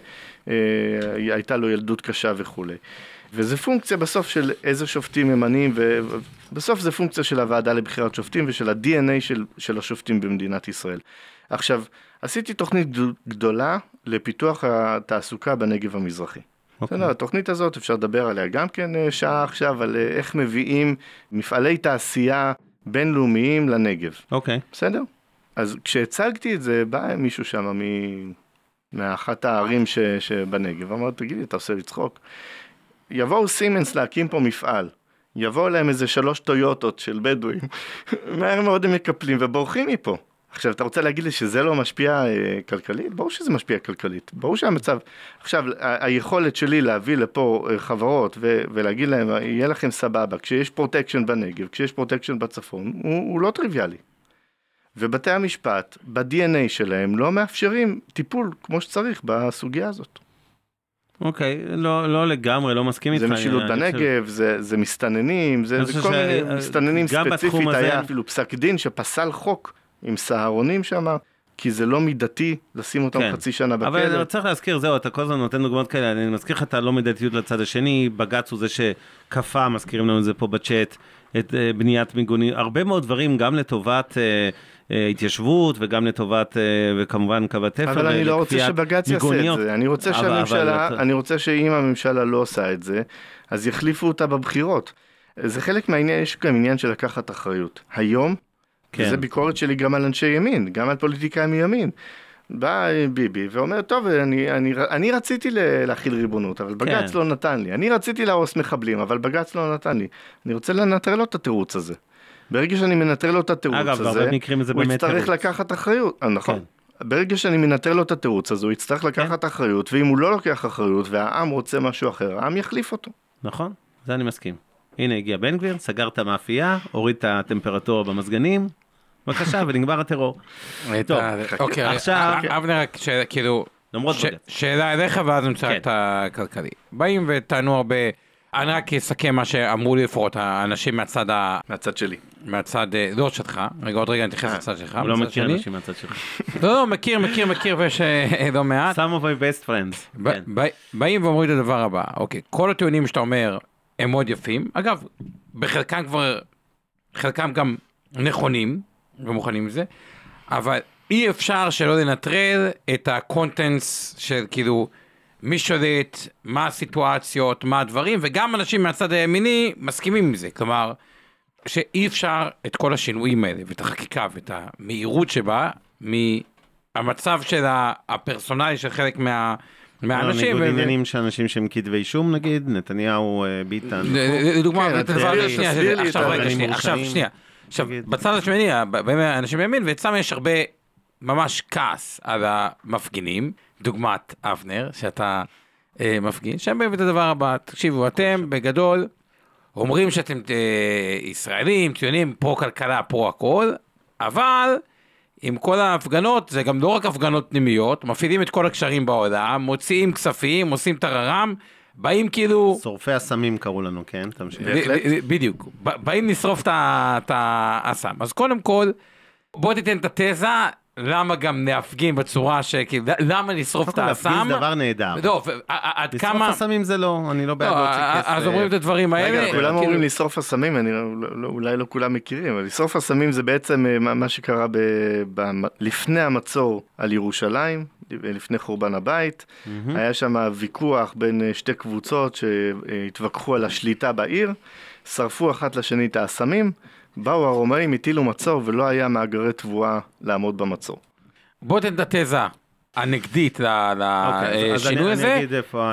שהייתה לו ילדות קשה וכו'. וזה פונקציה בסוף של איזה שופטים ממנים, ובסוף זה פונקציה של הוועדה לבחירת שופטים ושל ה-DNA של השופטים במדינת ישראל. עכשיו, עשיתי תוכנית גדולה לפיתוח התעסוקה בנגב המזרחי. התוכנית הזאת אפשר לדבר עליה גם כן שעה עכשיו, על איך מביאים מפעלי תעשייה בינלאומיים לנגב. בסדר? אז כשהצגתי את זה, בא מישהו שם מאחת הערים שבנגב, אמר, תגידי, אתה עושה לצחוק? יבואו סימנס להקים פה מפעל, יבואו להם איזה 3 טויוטות של בדואים, מהר מאוד הם מקפלים ובורחים מפה. עכשיו, אתה רוצה להגיד לי שזה לא משפיע כלכלית? ברור שזה משפיע כלכלית. ברור שהמצב... עכשיו, היכולת שלי להביא לפה חברות ולהגיד להם, יהיה לכם סבבה, כשיש פרוטקשן בנגב, כשיש פרוטקשן בצפון, הוא לא טריוויאלי. ובתי המשפט, ב-DNA שלהם, לא מאפשרים טיפול כמו שצריך בסוגיה הזאת. אוקיי, לא לגמרי, לא מסכים איתך. זה משילות בנגב, זה מסתננים, זה כל מיני מסתננים ספציפית, היה אפילו פסק דין שפסל חוק עם סהרונים שם, כי זה לא מידתי לשים אותם חצי שנה בכלא. אבל אני צריך להזכיר, זהו, אתה כל הזמן נותן דוגמאות כאלה, אני מזכיר לך את הלא מידתיות לצד השני, בג"ץ הוא זה שקפה, מזכירים לנו את זה פה בצ'אט, את בניית מיגונים, הרבה מאוד דברים, גם לטובת התיישבות, וגם לטובת, וכמובן קו התפר, אבל אני לא רוצה שבג"ץ יעשה את זה, אני רוצה שאם הממשלה לא עושה את זה, אז יחליפו אותה בבחירות. זה חלק מהעניין, יש גם עניין של לקחת אחריות. היום, וזה ביקורת שלי גם על אנשי ימין, גם על פוליטיקאים מימין. בא ביבי ואומר, טוב, אני רציתי להכיל ריבונות, אבל בג"ץ לא נתן לי. אני רציתי להרוס מחבלים, אבל בג"ץ לא נתן לי. אני רוצה לנטרל לו את התירוץ הזה. ברגע שאני מנטרל לו את התירוץ הזה, הוא יצטרך לקחת אחריות. נכון. ברגע שאני מנטר לו את התירוץ, אז הוא יצטרך לקחת אחריות, ואם הוא לא לוקח אחריות, והעם רוצה משהו אחר, העם יחליף אותו. נכון, זה אני מסכים. הנה הגיע בן גביר, סגר את המאפייה, הוריד את הטמפרטורה במזגנים, בבקשה, ונגמר הטרור. טוב, אוקיי, עכשיו... אבנר, כאילו, שאלה אליך ואז נמצא את הכלכלי. באים וטענו הרבה, אני רק אסכם מה שאמרו לי לפחות, האנשים מהצד שלי. מהצד, לא שלך, עוד רגע נתייחס לצד שלך. הוא לא מכיר אנשים מהצד שלך. לא, מכיר, ויש לא מעט. Some of my best friends. באים ואומרים את הדבר הבא, אוקיי, כל הטיעונים שאתה אומר, הם מאוד יפים, אגב, חלקם גם נכונים, ומוכנים לזה, אבל אי אפשר שלא לנטרל את הקונטנס של כאילו, מי שולט, מה הסיטואציות, מה הדברים, וגם אנשים מהצד הימיני מסכימים עם זה, כלומר, שאי אפשר את כל השינויים האלה, ואת החקיקה, ואת המהירות שבה, מהמצב של הפרסונלי של חלק מהאנשים. ניגוד עניינים של אנשים שהם כתבי אישום נגיד, נתניהו ביטן. לדוגמה, עכשיו, בצד השמיני, אנשים בימין, ואצלם יש הרבה ממש כעס על המפגינים, דוגמת אבנר, שאתה מפגין, שהם באמת הדבר הבא, תקשיבו, אתם בגדול אומרים שאתם ישראלים, ציונים, פרו-כלכלה, פרו-הכל, אבל עם כל ההפגנות, זה גם לא רק הפגנות פנימיות, מפעילים את כל הקשרים בעולם, מוציאים כספים, עושים טררם, באים כאילו... שורפי הסמים קראו לנו, כן? תמשיך. בדיוק. באים לשרוף את הסם. אז קודם כל, בוא תיתן את התזה, למה גם להפגין בצורה שכאילו, למה לשרוף את הסם? להפגין זה דבר נהדר. עד כמה... לשרוף הסמים זה לא, אני לא בעד להוציא כסף. אז אומרים את הדברים האלה. רגע, כולם אומרים לשרוף הסמים, אולי לא כולם מכירים, אבל לשרוף הסמים זה בעצם מה שקרה לפני המצור על ירושלים, לפני חורבן הבית. היה שם ויכוח בין שתי קבוצות שהתווכחו על השליטה בעיר, שרפו אחת לשני את הסמים, באו הרומאים, הטילו מצור ולא היה מאגרי תבואה לעמוד במצור. בוא תן את התזה הנגדית לשינוי הזה,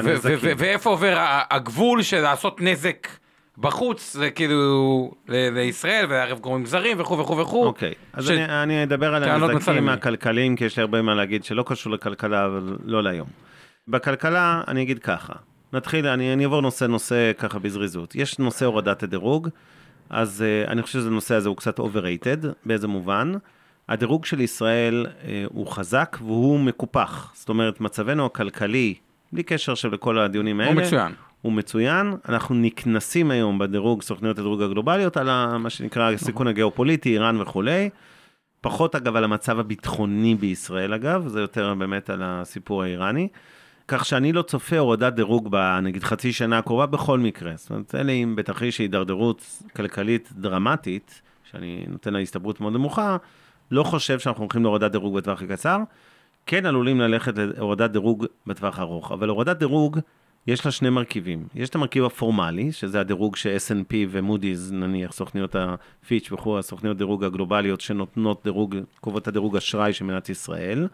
ואיפה עובר הגבול של לעשות נזק בחוץ, זה כאילו לישראל, וערב גורמים זרים וכו' וכו' וכו'. אוקיי, אז אני אדבר על הנזקים הכלכליים, כי יש לי הרבה מה להגיד שלא קשור לכלכלה, אבל לא להיום. בכלכלה אני אגיד ככה, נתחיל, אני אעבור נושא ככה בזריזות. יש נושא הורדת הדירוג, אז אני חושב שזה הנושא הזה הוא קצת overrated, באיזה מובן. הדירוג של ישראל הוא חזק והוא מקופח. זאת אומרת, מצבנו הכלכלי, בלי קשר של כל הדיונים האלה, הוא מצוין. אנחנו נקנסים היום בדירוג, סוכניות הדירוג הגלובליות, על מה שנקרא סיכון הגיאופוליטי, איראן וכו'. פחות אגב על המצב הביטחוני בישראל אגב, זה יותר באמת על הסיפור האיראני. כך שאני לא צופה הורדת דירוג נגיד חצי שנה הקרובה בכל מקרה. זאת אומרת, אלה אם בתרחיש הידרדרות כלכלית דרמטית, שאני נותן לה הסתברות מאוד נמוכה, לא חושב שאנחנו הולכים להורדת דירוג בטווח הקצר, כן עלולים ללכת להורדת דירוג בטווח ארוך. אבל הורדת דירוג, יש לה שני מרכיבים. יש את המרכיב הפורמלי, שזה הדירוג ש-S&P ומודי'ס, נניח, סוכניות הפיץ' וכו', הסוכניות דירוג הגלובליות שנותנות דירוג, קובעות הדירוג אשראי של מדינת ישראל.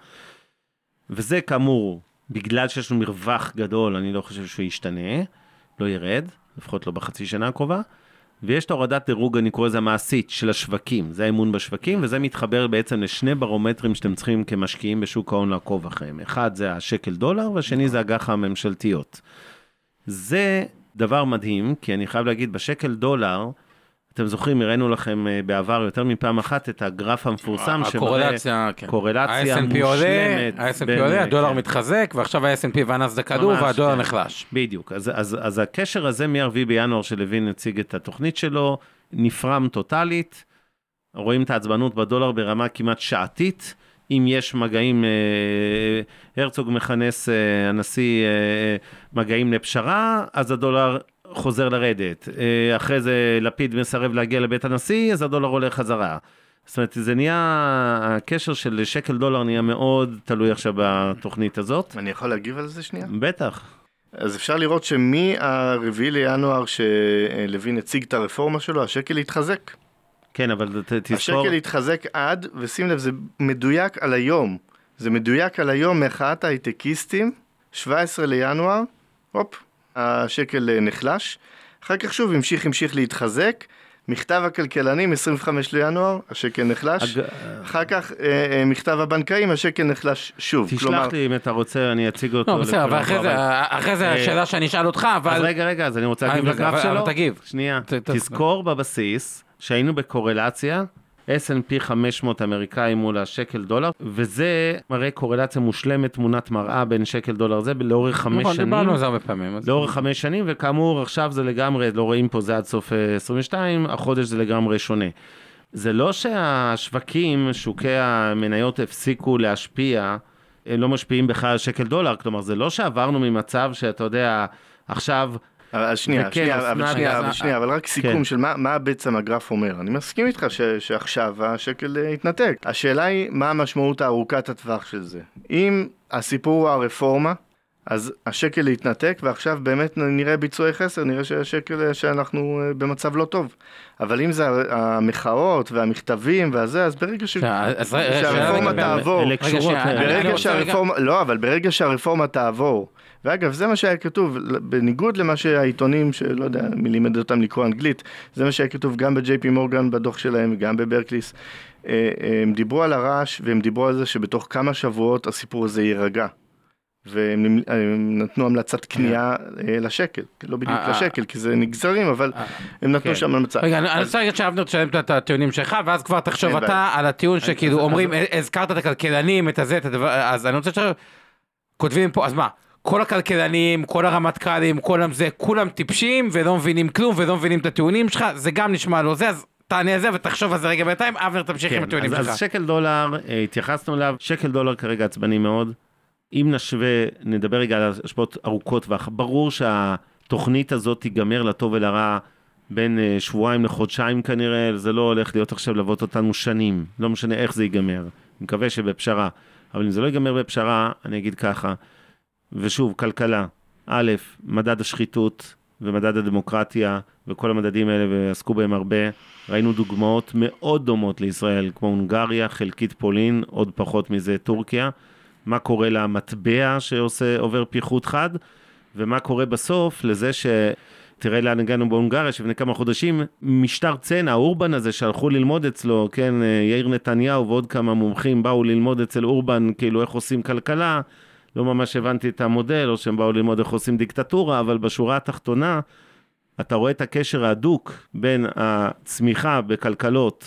וזה כאמור, בגלל שיש לנו מרווח גדול, אני לא חושב שהוא ישתנה, לא ירד, לפחות לא בחצי שנה הקרובה, ויש את הורדת דירוג, אני קורא לזה המעשית, של השווקים, זה האמון בשווקים, וזה מתחבר בעצם לשני ברומטרים שאתם צריכים כמשקיעים בשוק ההון לעקוב אחריהם. אחד זה השקל דולר, והשני זה אג"ח הממשלתיות. זה דבר מדהים, כי אני חייב להגיד, בשקל דולר, אתם זוכרים, הראינו לכם בעבר יותר מפעם אחת את הגרף המפורסם, הקורלציה, כן. קורלציה מושלמת. ה-S&P עולה, הדולר מתחזק, ועכשיו ה-S&P והנאסד"ק עלו, והדולר נחלש. בדיוק, אז הקשר הזה מ-4 בינואר שלוין הציג את התוכנית שלו, נפרם טוטלית, רואים את העצבנות בדולר ברמה כמעט שעתית, אם יש מגעים, הרצוג מכנס הנשיא מגעים לפשרה, אז הדולר חוזר לרדת. אחרי זה לפיד מסרב להגיע לבית הנשיא, אז הדולר עולה חזרה. זאת אומרת, זה נהיה, הקשר של שקל דולר נהיה מאוד תלוי עכשיו בתוכנית הזאת. אני יכול להגיב על זה שנייה? בטח. אז אפשר לראות שמ-4 לינואר שלוין הציג את הרפורמה שלו, השקל התחזק. כן, אבל תזכור... השקל התחזק עד, ושים לב, זה מדויק על היום. זה מדויק על היום מחאת ההייטקיסטים, 17 לינואר, הופ, השקל נחלש. אחר כך שוב המשיך להתחזק, מכתב הכלכלנים, 25 לינואר, השקל נחלש, אחר כך מכתב הבנקאים, השקל נחלש שוב. תשלח לי אם אתה רוצה, אני אציג אותו. לא, בסדר, אבל אחרי זה השאלה שאני אשאל אותך, אבל... אז רגע, אז אני רוצה להגיב לגרף שלו. אבל תגיב. שנייה, תזכור בבסיס שהיינו בקורלציה, S&P 500 אמריקאי מול השקל דולר, וזה מראה קורלציה מושלמת, תמונת מראה בין שקל דולר זה, לאורך 5 שנים. דיברנו על זה הרבה פעמים. לאורך 5 שנים, וכאמור עכשיו זה לגמרי, לא רואים פה זה עד סוף 22, החודש זה לגמרי שונה. זה לא שהשווקים, שוקי המניות הפסיקו להשפיע, הם לא משפיעים בכלל על שקל דולר, כלומר זה לא שעברנו ממצב שאתה יודע, עכשיו... אבל שנייה, אבל רק סיכום של מה בעצם הגרף אומר. אני מסכים איתך שעכשיו השקל יתנתק. השאלה היא מה המשמעות הארוכת הטווח של זה. אם הסיפור הוא הרפורמה, אז השקל יתנתק, ועכשיו באמת נראה ביצועי חסר, נראה שהשקל, שאנחנו במצב לא טוב. אבל אם זה המחאות והמכתבים והזה, אז ברגע שהרפורמה תעבור, ברגע שהרפורמה תעבור, ואגב, זה מה שהיה כתוב, בניגוד למה שהעיתונים, שלא יודע, מי לימד אותם לקרוא אנגלית, זה מה שהיה כתוב גם ב-JP מורגן בדוח שלהם, גם בברקליס. הם דיברו על הרעש, והם דיברו על זה שבתוך כמה שבועות הסיפור הזה יירגע. והם נתנו המלצת קנייה לשקל, לא בדיוק לשקל, כי זה נגזרים, אבל הם נתנו שם המלצה. רגע, אני רוצה להגיד שאבנר תשלם את הטיעונים שלך, ואז כבר תחשוב אתה על הטיעון שכאילו אומרים, הזכרת את הכלכלנים, את הזה, אז אני רוצה כותבים פה, אז מה? כל הכלכלנים, כל הרמטכ"לים, כולם טיפשים ולא מבינים כלום ולא מבינים את הטיעונים שלך, זה גם נשמע לו זה, אז תענה על זה ותחשוב על זה רגע בינתיים, אבנר תמשיך עם הטיעונים שלך. אז שקל דולר, התייחסנו אליו, שקל דולר כרגע עצבני מאוד, אם נשווה, נדבר רגע על השפעות ארוכות, ברור שהתוכנית הזאת תיגמר לטוב ולרע בין שבועיים לחודשיים כנראה, זה לא הולך להיות עכשיו לבוא אותנו שנים, לא משנה איך זה ייגמר, אני מקווה שבפשרה, אבל אם זה לא ייגמר בפשרה, אני אגיד ככה, ושוב, כלכלה, א', מדד השחיתות ומדד הדמוקרטיה וכל המדדים האלה, ועסקו בהם הרבה, ראינו דוגמאות מאוד דומות לישראל, כמו הונגריה, חלקית פולין, עוד פחות מזה טורקיה, מה קורה למטבע שעובר פיחות חד, ומה קורה בסוף לזה תראה לאן הגענו בהונגריה, שלפני כמה חודשים, משטר צנע, האורבן הזה שהלכו ללמוד אצלו, כן, יאיר נתניהו ועוד כמה מומחים באו ללמוד אצל אורבן, כאילו איך עושים כלכלה, לא ממש הבנתי את המודל, או שהם באו ללמוד איך עושים דיקטטורה, אבל בשורה התחתונה, אתה רואה את הקשר ההדוק בין הצמיחה בכלכלות,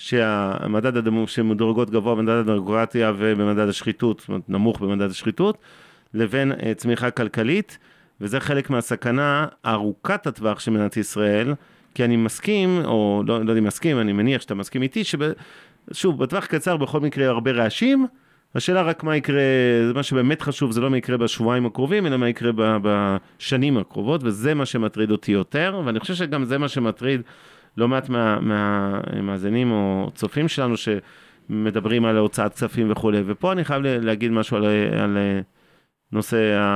שהמדד שמדורגות גבוה במדד הדמוקרטיה ובמדד השחיתות, זאת אומרת נמוך במדד השחיתות, לבין צמיחה כלכלית, וזה חלק מהסכנה ארוכת הטווח של מדינת ישראל, כי אני מסכים, או לא יודע אם מסכים, אני מניח שאתה מסכים איתי, שוב, בטווח קצר בכל מקרה הרבה רעשים, השאלה רק מה יקרה, מה שבאמת חשוב, זה לא מה יקרה בשבועיים הקרובים, אלא מה יקרה בשנים הקרובות, וזה מה שמטריד אותי יותר, ואני חושב שגם זה מה שמטריד לא מעט מהמאזינים או צופים שלנו, שמדברים על הוצאת כספים וכו'. ופה אני חייב להגיד משהו על נושא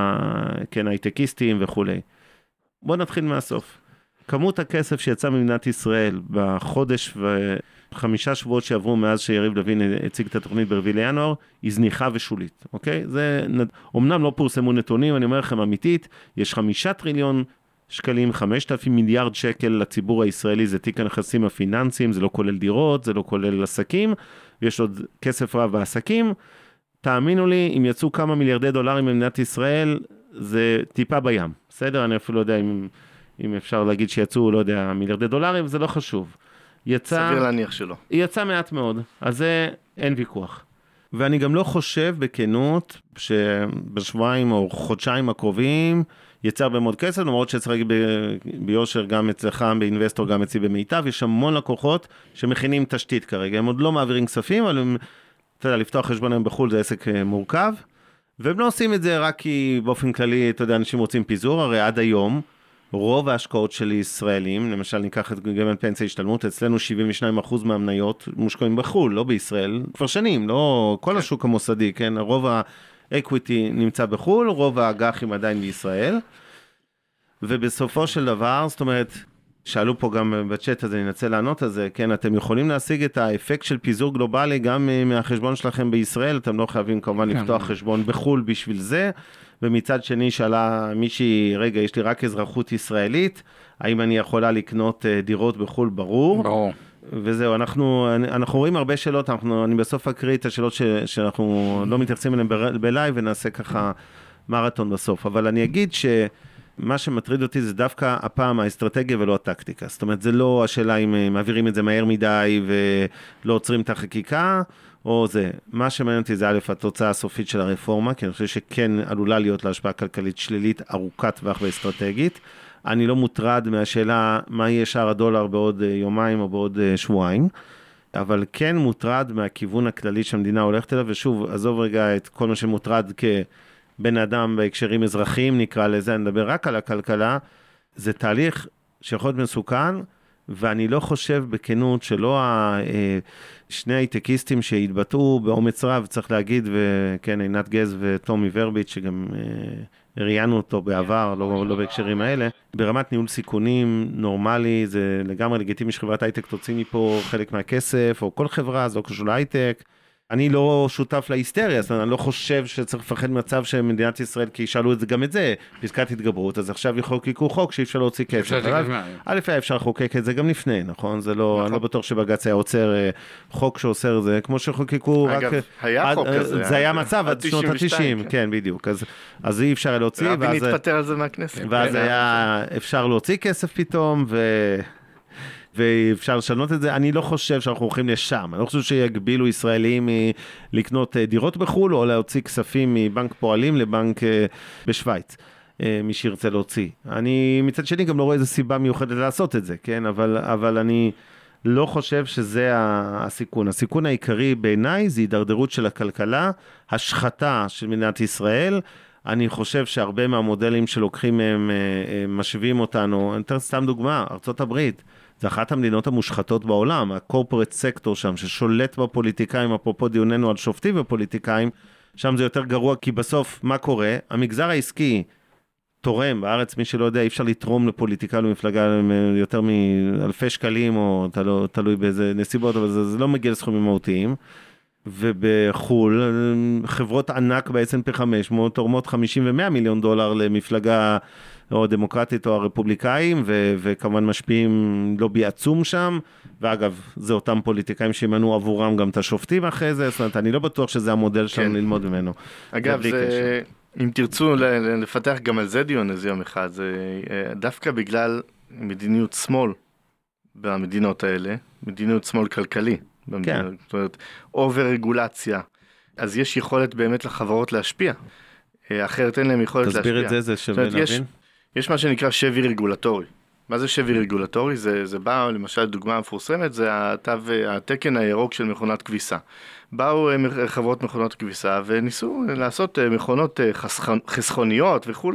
הייטקיסטים וכו'. בואו נתחיל מהסוף. כמות הכסף שיצא ממדינת ישראל בחודש ו5 שבועות שעברו מאז שיריב לוין הציג את התוכנית ב4 לינואר, היא זניחה ושולית, אוקיי? זה, אומנם לא פורסמו נתונים, אני אומר לכם אמיתית, יש 5 טריליון שקלים, 5,000 מיליארד שקל לציבור הישראלי, זה תיק הנכסים הפיננסיים, זה לא כולל דירות, זה לא כולל עסקים, ויש עוד כסף רב בעסקים, תאמינו לי, אם יצאו כמה מיליארדי דולרים במדינת ישראל, זה טיפה בים, בסדר? אני אפילו לא יודע אם אפשר להגיד שיצאו, לא יודע, מיליארדי דולרים, זה לא חשוב. סביר להניח שלא. יצא מעט מאוד, אז זה אין ויכוח. ואני גם לא חושב בכנות, שבשבועיים או חודשיים הקרובים, יצא הרבה מאוד כסף, למרות שצריך ביושר גם אצלך, באינבסטור גם אצלי במיטב, יש המון לקוחות שמכינים תשתית כרגע, הם עוד לא מעבירים כספים, אבל הם, אתה יודע, לפתוח חשבון היום בחול זה עסק מורכב, והם לא עושים את זה רק כי באופן כללי, אתה יודע, אנשים רוצים פיזור, הרי עד היום, רוב ההשקעות של ישראלים, למשל ניקח את גמל פנסיה השתלמות, אצלנו 72% מהמניות מושקעים בחול, לא בישראל, כבר שנים, לא כל השוק המוסדי, כן, רוב האקוויטי נמצא בחול, רוב האג"חים עדיין בישראל, ובסופו של דבר, זאת אומרת, שאלו פה גם בצ'אט הזה, אני אנסה לענות על זה, כן, אתם יכולים להשיג את האפקט של פיזור גלובלי גם מהחשבון שלכם בישראל, אתם לא חייבים כמובן לפתוח חשבון בחול בשביל זה, ומצד שני שאלה מישהי, רגע, יש לי רק אזרחות ישראלית, האם אני יכולה לקנות דירות בחול, ברור. וזהו, אנחנו רואים הרבה שאלות, אני בסוף אקריא את השאלות שאנחנו לא מתייחסים אליהן בלייב, ונעשה ככה מרתון בסוף. אבל אני אגיד שמה שמטריד אותי זה דווקא הפעם האסטרטגיה ולא הטקטיקה. זאת אומרת, זה לא השאלה אם מעבירים את זה מהר מדי ולא עוצרים את החקיקה, או זה. מה שמעניין אותי זה א', התוצאה הסופית של הרפורמה, כי אני חושב שכן עלולה להיות להשפעה כלכלית שלילית, ארוכת טווח ואסטרטגית. אני לא מוטרד מהשאלה מה יהיה שער הדולר בעוד יומיים או בעוד שבועיים, אבל כן מוטרד מהכיוון הכללי שהמדינה הולכת אליו, ושוב, עזוב רגע את כל מה שמוטרד כבן אדם בהקשרים אזרחיים, נקרא לזה, אני מדבר רק על הכלכלה, זה תהליך שיכול להיות מסוכן, ואני לא חושב בכנות שלא שני הייטקיסטים שהתבטאו באומץ רב, צריך להגיד, וכן, עינת גז וטומי ורביץ' שגם ראיינו אותו בעבר, לא בהקשרים האלה, ברמת ניהול סיכונים נורמלי, זה לגמרי לגיטימי שחברת הייטק תוציא מפה חלק מהכסף, או כל חברה, זה לא קשור להייטק. אני לא שותף להיסטריה, אז אני לא חושב שצריך לפחד מצב שמדינת ישראל, כי ישאלו את זה גם את זה, פסקת התגברות, אז עכשיו יחוקקו חוק שאי אפשר להוציא כסף. א', אפשר לחוקק את זה גם לפני, נכון? זה לא, אני לא בטוח שבג"ץ היה עוצר חוק שעוצר זה, כמו שחוקקו רק... אגב, היה חוק כזה. זה היה מצב עד שנות ה-90, כן, בדיוק. אז אי אפשר להוציא, רבין התפטר על זה מהכנסת. ואז היה אפשר להוציא כסף פתאום, ואפשר לשנות את זה. אני לא חושב שאנחנו הולכים לשם, אני לא חושב שיגבילו ישראלים לקנות דירות בחול, או להוציא כספים מבנק פועלים לבנק בשוויץ, מי שירצה להוציא. אני מצד שני גם לא רואה איזה סיבה מיוחדת לעשות את זה, כן? אבל אני לא חושב שזה הסיכון. הסיכון העיקרי בעיניי זה הידרדרות של הכלכלה, השחתה של מדינת ישראל. אני חושב שהרבה מהמודלים שלוקחים מהם, משווים אותנו, אני אתן סתם דוגמה, ארצות הברית, זה אחת המדינות המושחתות בעולם, הקורפורט סקטור שם, ששולט בפוליטיקאים, אפרופו דיוננו על שופטים ופוליטיקאים, שם זה יותר גרוע, כי בסוף, מה קורה? המגזר העסקי תורם, בארץ, מי שלא יודע, אי אפשר לתרום לפוליטיקה, למפלגה יותר מאלפי שקלים, או תלוי באיזה נסיבות, אבל זה לא מגיע לסכומים מהותיים, ובחול, חברות ענק ב-S&P 500, תורמות 50 ו-100 מיליון דולר למפלגה או דמוקרטית או הרפובליקאים, וכמובן משפיעים לובי עצום שם, ואגב, זה אותם פוליטיקאים שימנו עבורם גם את השופטים אחרי זה, זאת אומרת, אני לא בטוח שזה המודל שלנו ללמוד ממנו. אגב, אם תרצו לפתח גם על זה דיון איזה יום אחד, זה דווקא בגלל מדיניות שמאל במדינות האלה, מדיניות שמאל כלכלי, כן. זאת אומרת, אובר רגולציה, אז יש יכולת באמת לחברות להשפיע, אחרת אין להם יכולת להשפיע. תסביר את זה, זה שווה להבין. יש מה שנקרא שבי רגולטורי. מה זה שבי רגולטורי? זה בא, למשל, דוגמה מפורסמת, זה התקן הירוק של מכונת כביסה. באו חברות מכונות כביסה וניסו לעשות מכונות חסכוניות וכו'.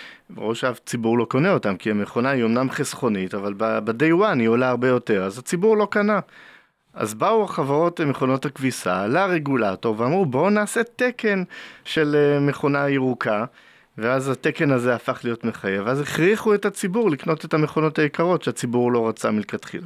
ראש הציבור לא קונה אותם, כי המכונה היא אומנם חסכונית, אבל ב-day one היא עולה הרבה יותר, אז הציבור לא קנה. אז באו חברות מכונות הכביסה לרגולטור ואמרו בואו נעשה תקן של מכונה ירוקה, ואז התקן הזה הפך להיות מחייב, ואז הכריחו את הציבור לקנות את המכונות היקרות שהציבור לא רצה מלכתחילה.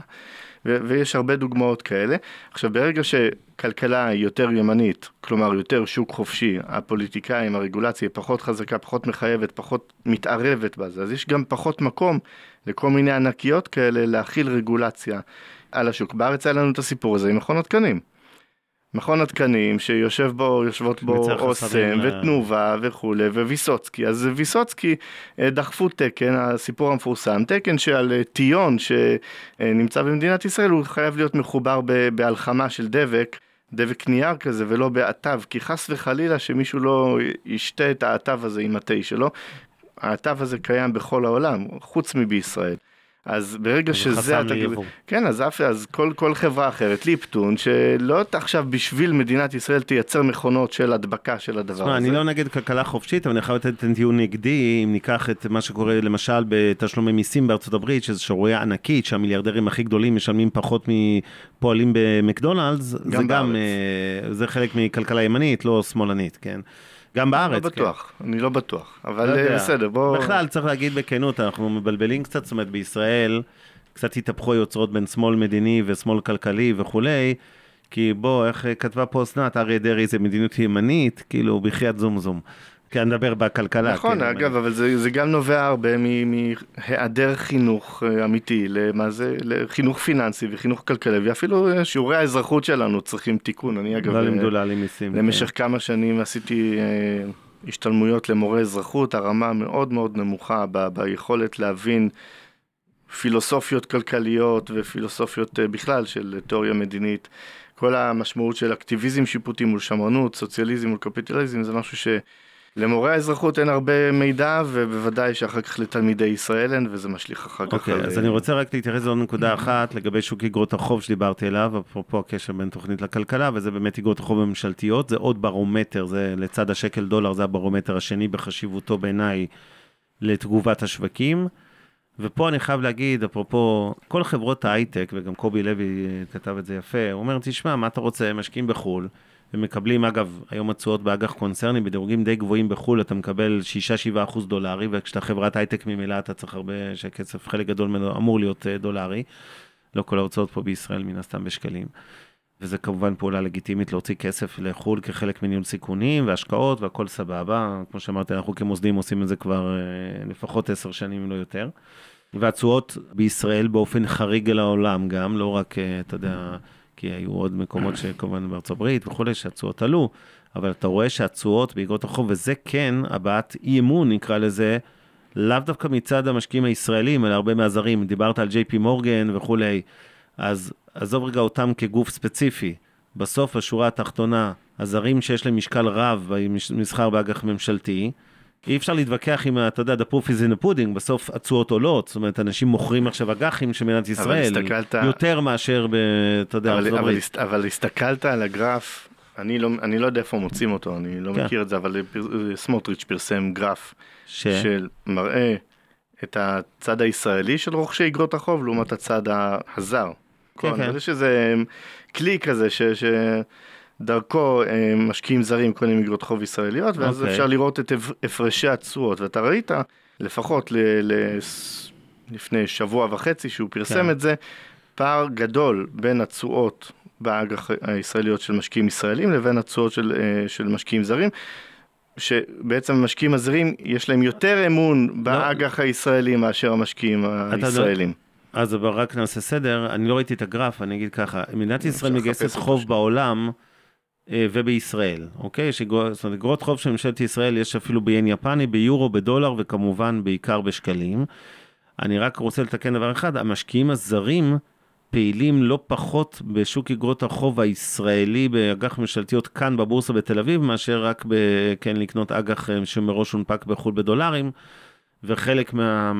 ויש הרבה דוגמאות כאלה. עכשיו ברגע שכלכלה היא יותר ימנית, כלומר יותר שוק חופשי, הפוליטיקאים, הרגולציה היא פחות חזקה, פחות מחייבת, פחות מתערבת בזה, אז יש גם פחות מקום לכל מיני ענקיות כאלה להכיל רגולציה על השוק. בארץ היה לנו את הסיפור הזה עם מכון התקנים. מכון התקנים שיושבות בו אוסם ותנובה וכו' וויסוצקי. אז ויסוצקי דחפו תקן, הסיפור המפורסם, תקן שעל טיון שנמצא במדינת ישראל, הוא חייב להיות מחובר בהלחמה של דבק נייר כזה ולא בעטב, כי חס וחלילה שמישהו לא ישתה את העטב הזה עם התה שלו. העטב הזה קיים בכל העולם, חוץ מבישראל. אז ברגע שזה... כן, אז כל חברה אחרת, ליפטון, שלא עכשיו בשביל מדינת ישראל תייצר מכונות של הדבקה של הדבר הזה. אני לא נגד כלכלה חופשית, אבל אני חייב לתת טיעון נגדי, אם ניקח את מה שקורה למשל בתשלומי מיסים בארצות הברית, שזו שערורייה ענקית, שהמיליארדרים הכי גדולים משלמים פחות מפועלים במקדונלדס, זה גם, זה חלק מכלכלה ימנית, לא שמאלנית, כן? גם בארץ. אני לא בטוח, אבל בסדר, בוא... בכלל, צריך להגיד בכנות, אנחנו מבלבלים קצת, זאת אומרת, בישראל, קצת התהפכו יוצרות בין שמאל מדיני ושמאל כלכלי וכולי, כי בוא, איך כתבה פה אסנת, אריה דרעי זה מדיניות ימנית, כאילו, בחיית זום זום. כי אני מדבר בכלכלה. נכון, כן, אגב, אבל זה גם נובע הרבה מהיעדר חינוך אמיתי, למה זה, לחינוך פיננסי וחינוך כלכלי, ואפילו שיעורי האזרחות שלנו צריכים תיקון. אני אגב, למשך כמה שנים עשיתי השתלמויות למורה אזרחות, הרמה מאוד מאוד נמוכה ביכולת להבין פילוסופיות כלכליות ופילוסופיות בכלל של תיאוריה מדינית. כל המשמעות של אקטיביזם שיפוטי מול שמרנות, סוציאליזם מול קפיטליזם, זה משהו שלמורה האזרחות אין הרבה מידע, ובוודאי שאחר כך לתלמידי ישראל אין, וזה משליך אחר כך. אוקיי, אז אני רוצה רק להתייחס לעוד נקודה אחת, לגבי שוק אגרות החוב שדיברתי אליו, אפרופו הקשר בין תוכנית לכלכלה, וזה באמת אגרות החוב הממשלתיות, זה עוד ברומטר, זה לצד השקל דולר, זה הברומטר השני בחשיבותו בעיניי לתגובת השווקים, ופה אני חייב להגיד, אפרופו, כל חברות ההייטק, וגם קובי לוי כתב את זה יפה, הוא אומר, תשמע, מה אתה רוצה? משקיעים בחול, ומקבלים, אגב, היום התשואות באג"ח קונצרני, בדירוגים די גבוהים בחול, אתה מקבל 6-7% דולרי, וכשאתה חברת הייטק ממילא, אתה צריך הרבה שהכסף, חלק גדול אמור להיות דולרי, לא כל ההוצאות פה בישראל, מן הסתם בשקלים. וזה כמובן פעולה לגיטימית להוציא כסף לחול כחלק מניהול סיכונים והשקעות, והכל סבבה. כמו שאמרתי, אנחנו כמוסדים עושים את זה כבר לפחות 10 שנים, אם לא יותר. והתשואות בישראל באופן חריג אל העולם גם, לא רק, אתה יודע, כי היו עוד מקומות שכמובן בארצות הברית וכו', שהתשואות עלו, אבל אתה רואה שהתשואות באגרות החוב, וזה כן, הבעת אי אמון נקרא לזה, לאו דווקא מצד המשקיעים הישראלים, אלא הרבה מהזרים, דיברת על JP מורגן וכו', אז עזוב רגע אותם כגוף ספציפי, בסוף השורה התחתונה, הזרים שיש להם משקל רב במסחר באג"ח ממשלתי, אי אפשר להתווכח עם, אתה יודע, the proof is in the pudding, בסוף התשואות עולות, זאת אומרת, אנשים מוכרים עכשיו אג"חים של מדינת ישראל, יותר מאשר, אתה יודע, אבל הסתכלת על הגרף, אני לא יודע איפה מוצאים אותו, אני לא מכיר את זה, אבל סמוטריץ' פרסם גרף של מראה את הצד הישראלי של רוכשי אגרות החוב, לעומת הצד הזר. כן. יש איזה כלי כזה שדרכו משקיעים זרים קונים אגרות חוב ישראליות, ואז אפשר לראות את הפרשי התשואות, ואתה ראית לפחות לפני שבוע וחצי שהוא פרסם את זה, פער גדול בין התשואות באג"ח הישראליות של משקיעים ישראלים לבין התשואות של משקיעים זרים, שבעצם המשקיעים הזרים יש להם יותר אמון באג"ח הישראלי מאשר המשקיעים הישראלים. אז רק נעשה סדר, אני לא ראיתי את הגרף, אני אגיד ככה, מדינת ישראל מגייסת חוב בעולם ובישראל, אוקיי? זאת אומרת, אגרות חוב של ממשלת ישראל יש אפילו ביין יפני, ביורו, בדולר וכמובן בעיקר בשקלים. אני רק רוצה לתקן דבר אחד, המשקיעים הזרים פעילים לא פחות בשוק אגרות החוב הישראלי באג"ח ממשלתיות כאן בבורסה בתל אביב, מאשר רק כן לקנות אג"ח שמראש הונפק בחו"ל בדולרים, וחלק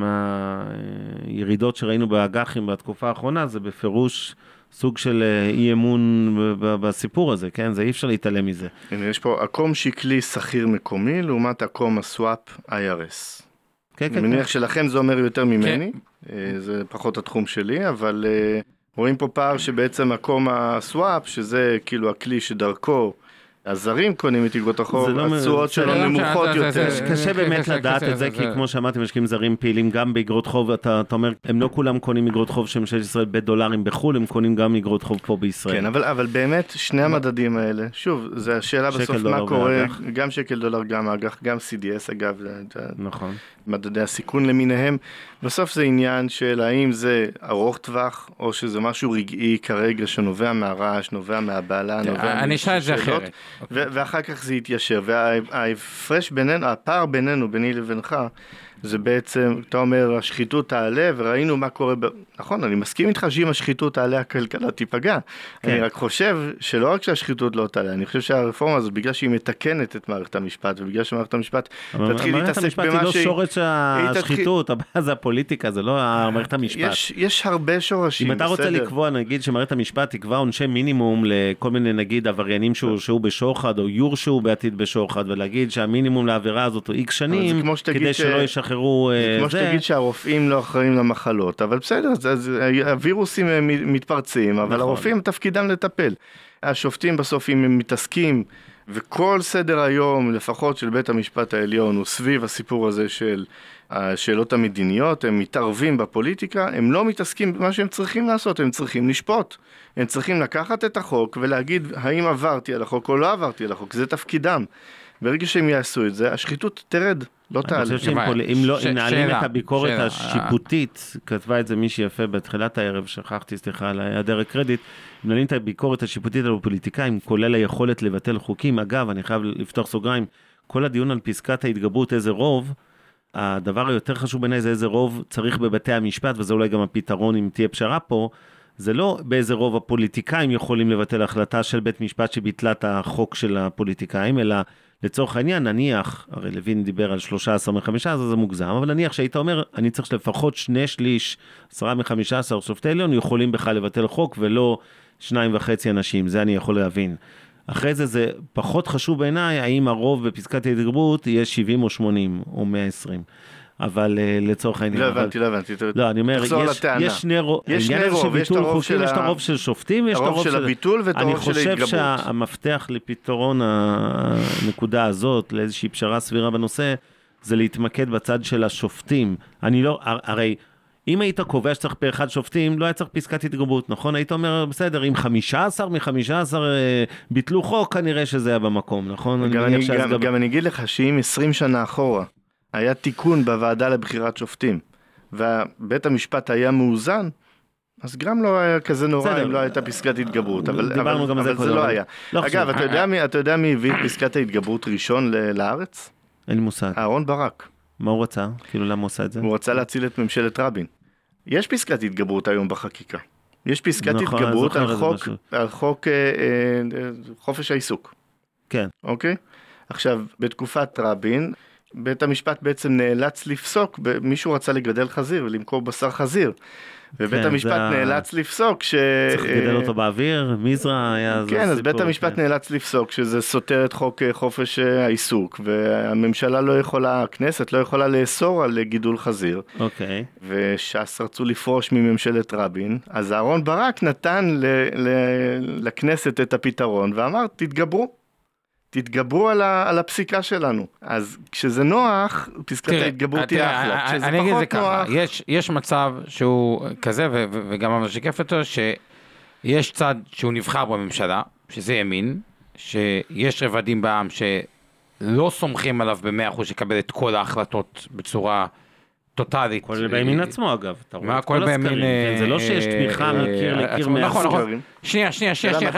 מהירידות שראינו באג"חים בתקופה האחרונה, זה בפירוש סוג של אי אמון בסיפור הזה, כן? זה אי אפשר להתעלם מזה. הנה, יש פה עקום שקלי שכיר מקומי, לעומת עקום הסוואפ IRS. כן, אני מניח שלכם זה אומר יותר ממני, זה פחות התחום שלי, אבל רואים פה פער שבעצם עקום הסוואפ, שזה כאילו הכלי שדרכו, הזרים קונים את אגרות החוב, התשואות שלו נמוכות יותר. קשה באמת לדעת את זה, כי כמו שאמרתי, משקיעים זרים פעילים גם באגרות חוב, אתה אומר, הם לא כולם קונים אגרות חוב של ממשלת ישראל בדולרים בחו"ל, הם קונים גם אגרות חוב פה בישראל. כן, אבל באמת שני המדדים האלה, שוב, זו השאלה בסוף מה קורה, גם שקל דולר, גם אג"ח, גם CDS אגב, נכון. מדדי הסיכון למיניהם, בסוף זה עניין של האם זה ארוך טווח, או שזה משהו רגעי כרגע שנובע מהרעש, נובע מהבעלה, אני אשאל את זה אחרת. ואחר כך זה יתיישר, וההפרש בינינו, הפער בינינו, ביני לבינך, זה בעצם, אתה אומר, השחיתות תעלה, וראינו מה קורה, נכון, אני מסכים איתך שאם השחיתות תעלה, הכלכלה תיפגע. אני רק חושב שלא רק שהשחיתות לא תעלה, אני חושב שהרפורמה הזאת, בגלל שהיא מתקנת את מערכת המשפט, ובגלל שמערכת המשפט תתחיל להתעסק במה היא לא שורש השחיתות, זה הפוליטיקה, זה לא מערכת המשפט. יש הרבה שורשים, אם אתה רוצה לקבוע, נגיד שמערכת המשפט תקבע עונשי מינימום לכל מיני, נגיד, עבריינים שהוא בשוחד, או יורשו בעתיד בשוחד, ולהגיד שהמינימום לעבירה הזאת הוא X שנים, כדי שלא ישחררו כמו שתגיד שהרופאים לא אחראים למחלות, אבל בסדר, הווירוסים מתפרצים, אבל הרופאים תפקידם לטפל. השופטים בסוף אם הם מתעסקים, וכל סדר היום, לפחות של בית המשפט העליון, הוא סביב הסיפור הזה של השאלות המדיניות, הם מתערבים בפוליטיקה, הם לא מתעסקים במה שהם צריכים לעשות, הם צריכים לשפוט. הם צריכים לקחת את החוק ולהגיד האם עברתי על החוק או לא עברתי על החוק, זה תפקידם. ברגע שהם יעשו את זה, השחיתות תרד, לא תעלה. אני חושב אם נעלים את הביקורת השיפוטית, כתבה את זה מישהי יפה בתחילת הערב, שכחתי, סליחה, על היעדר קרדיט, אם נעלים את הביקורת השיפוטית על הפוליטיקאים, כולל היכולת לבטל חוקים, אגב, אני חייב לפתוח סוגריים, כל הדיון על פסקת ההתגברות, איזה רוב, הדבר היותר חשוב בעיניי זה איזה רוב צריך בבתי המשפט, וזה אולי גם הפתרון אם תהיה פשרה פה, זה לא באיזה רוב הפוליטיקאים יכולים לבטל החלטה של בית משפט שביטלה את החוק של הפוליטיקאים, אלא לצורך העניין, נניח, הרי לוין דיבר על 13 מ-15, אז זה מוגזם, אבל נניח שהיית אומר, אני צריך שלפחות 2/3, 10 מ-15 שופטי עליון, יכולים בכלל לבטל חוק, ולא 2.5 אנשים, זה אני יכול להבין. אחרי זה, זה פחות חשוב בעיניי, האם הרוב בפסקת ההתגברות יהיה 70 או 80 או 120. אבל לצורך העניין. לא הבנתי. לא, אני אומר, יש שני רוב. יש שני רוב, יש את הרוב של... יש את הרוב של שופטים, ויש את הרוב של הביטול ואת הרוב של ההתגברות. אני חושב שהמפתח לפתרון הנקודה הזאת, לאיזושהי פשרה סבירה בנושא, זה להתמקד בצד של השופטים. אני לא, הרי... אם היית קובע שצריך פה אחד שופטים, לא היה צריך פסקת התגברות, נכון? היית אומר, בסדר, אם 15 מ-15 ביטלו חוק, כנראה שזה היה במקום, נכון? גם אני אגיד לך שאם 20 שנה אחורה, היה תיקון בוועדה לבחירת שופטים, ובית המשפט היה מאוזן, אז גם לא היה כזה נורא אם לא הייתה פסקת התגברות, אבל זה לא היה. אגב, אתה יודע מי הביא פסקת ההתגברות ראשון לארץ? אין מושג. אהרון ברק. מה הוא רצה? כאילו למה הוא עושה את זה? הוא רצה להציל את ממשלת רבין. יש פסקת התגברות היום בחקיקה. יש פסקת התגברות על חוק חופש העיסוק. כן. אוקיי? עכשיו, בתקופת רבין, בית המשפט בעצם נאלץ לפסוק, מישהו רצה לגדל חזיר ולמכור בשר חזיר. ובית המשפט נאלץ לפסוק צריך לגדל אותו באוויר, מזרע היה... כן, אז בית המשפט נאלץ לפסוק שזה סותר את חוק חופש העיסוק, והממשלה לא יכולה, הכנסת לא יכולה לאסור על גידול חזיר. אוקיי. וש"ס רצו לפרוש מממשלת רבין, אז אהרון ברק נתן לכנסת את הפתרון, ואמר, תתגברו על הפסיקה שלנו. אז כשזה נוח, פסקת ההתגברות היא אחלה. אני אגיד זה ככה, יש מצב שהוא כזה, וגם מה שיקף אותו, שיש צד שהוא נבחר בממשלה, שזה ימין, שיש רבדים בעם שלא סומכים עליו ב100% שקבל את כל ההחלטות בצורה טוטלית. כולל בימין עצמו אגב. מה כל בימין? זה לא שיש תמיכה מקיר לקיר נכון. שנייה, חכה.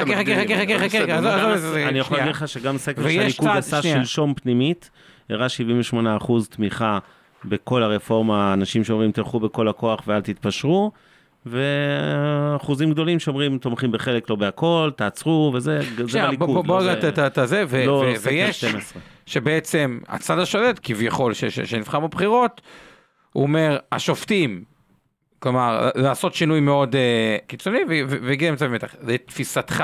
אני יכול להגיד לך שגם סקר שהליכוד עשה שלשום פנימית, הראה 78% תמיכה בכל הרפורמה, אנשים שאומרים תלכו בכל הכוח ואל תתפשרו, ואחוזים גדולים שאומרים תומכים בחלק לא בהכל, תעצרו, וזה הליכוד. בוא את זה, ויש שבעצם הצד השולט כביכול שנבחר בבחירות, הוא אומר, השופטים, כלומר, לעשות שינוי מאוד קיצוני, והגיע למצב מתח. לתפיסתך,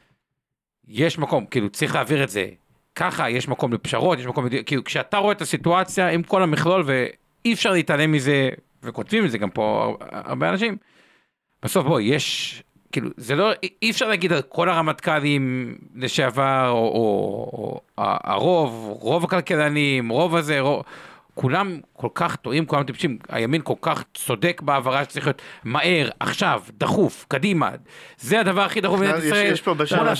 יש מקום, כאילו, צריך להעביר את זה ככה, יש מקום לפשרות, יש מקום, כאילו, כשאתה רואה את הסיטואציה עם כל המכלול, ואי אפשר להתעלם מזה, וכותבים את זה גם פה הרבה אנשים, בסוף בוא, יש, כאילו, זה לא, אי אפשר להגיד על כל הרמטכ"לים לשעבר, או רוב הכלכלנים, רוב הזה, כולם כל כך טועים, כולם טיפשים, הימין כל כך צודק בעברה שצריך להיות מהר, עכשיו, דחוף, קדימה, זה הדבר הכי דחוף במדינת ישראל. יש פה בשאלה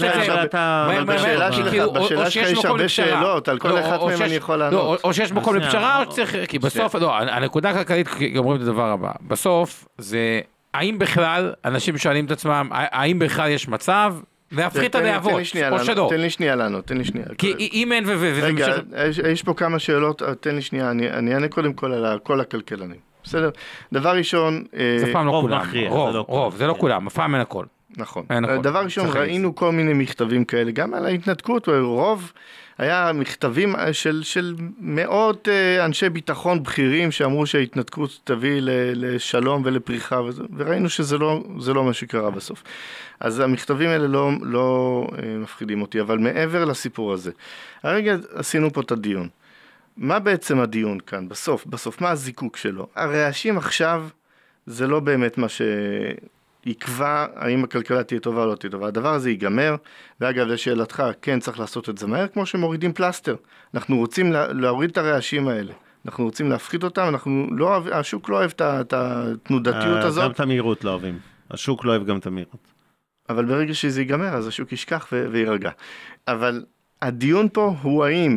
שלך יש הרבה שאלות, על כל אחת מהם אני יכול לענות. או שיש מקום לפשרה, או שצריך, כי בסוף, לא, הנקודה הכלכלית אומרים את הדבר הבא, בסוף זה, האם בכלל, אנשים שואלים את עצמם, האם בכלל יש מצב, להפחית את הלהבות, או שלא. תן לי שנייה לענות. כי אם אין רגע, יש פה כמה שאלות, תן לי שנייה, אני אענה קודם כל על כל הכלכלנים. בסדר? דבר ראשון... זה פעם לא כולם, רוב, זה לא כולם, פעם אין הכל. נכון. דבר ראשון, ראינו כל מיני מכתבים כאלה, גם על ההתנתקות, רוב היה מכתבים של מאות אנשי ביטחון בכירים שאמרו שההתנתקות תביא לשלום ולפריחה, וראינו שזה לא מה שקרה בסוף. אז המכתבים האלה לא מפחידים אותי, אבל מעבר לסיפור הזה, הרגע עשינו פה את הדיון. מה בעצם הדיון כאן? בסוף, מה הזיקוק שלו? הרעשים עכשיו זה לא באמת מה יקבע האם הכלכלה תהיה טובה או לא תהיה טובה. הדבר הזה ייגמר, ואגב, לשאלתך, כן צריך לעשות את זה מהר, כמו שמורידים פלסטר. אנחנו רוצים להוריד את הרעשים האלה. אנחנו רוצים להפחית אותם, השוק לא אוהב את התנודתיות הזאת. גם את המהירות לא אוהבים. השוק לא אוהב גם את המהירות. אבל ברגע שזה ייגמר, אז השוק ישכח וירגע. אבל הדיון פה הוא האם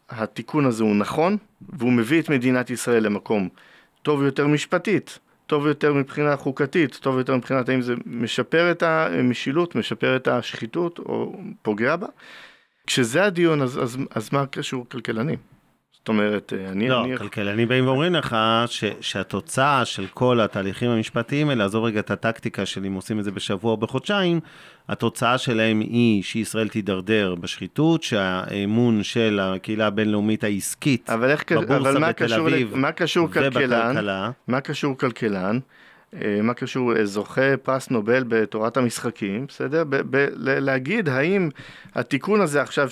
התיקון הזה הוא נכון, והוא מביא את מדינת ישראל למקום טוב יותר משפטית, טוב יותר מבחינה חוקתית, טוב יותר מבחינת האם זה משפר את המשילות, משפר את השחיתות או פוגע בה. כשזה הדיון, אז מה קשור כלכלנים? זאת אומרת, כלכלנים באים ואומרים לך שהתוצאה של כל התהליכים המשפטיים האלה, לעזוב רגע את הטקטיקה של אם עושים את זה בשבוע או בחודשיים, התוצאה שלהם היא שישראל תידרדר בשחיתות, שהאמון של הקהילה הבינלאומית העסקית בבורסה בתל אביב ובכלכלה. מה קשור כלכלן? מה קשור זוכה פרס נובל בתורת המשחקים, בסדר? להגיד האם התיקון הזה עכשיו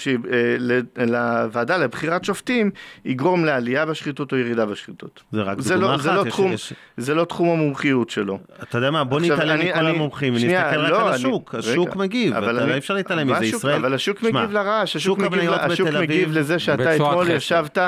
לוועדה לבחירת שופטים יגרום לעלייה בשחיתות או ירידה בשחיתות. זה רק דוגמה אחת. זה לא תחום המומחיות שלו. אתה יודע מה, בוא נתעלם מכל המומחים ונסתכל רק על השוק. השוק מגיב, לא אפשר להתעלם מזה, ישראל. אבל השוק מגיב לרעש, השוק מגיב לזה שאתה אתמול ישבת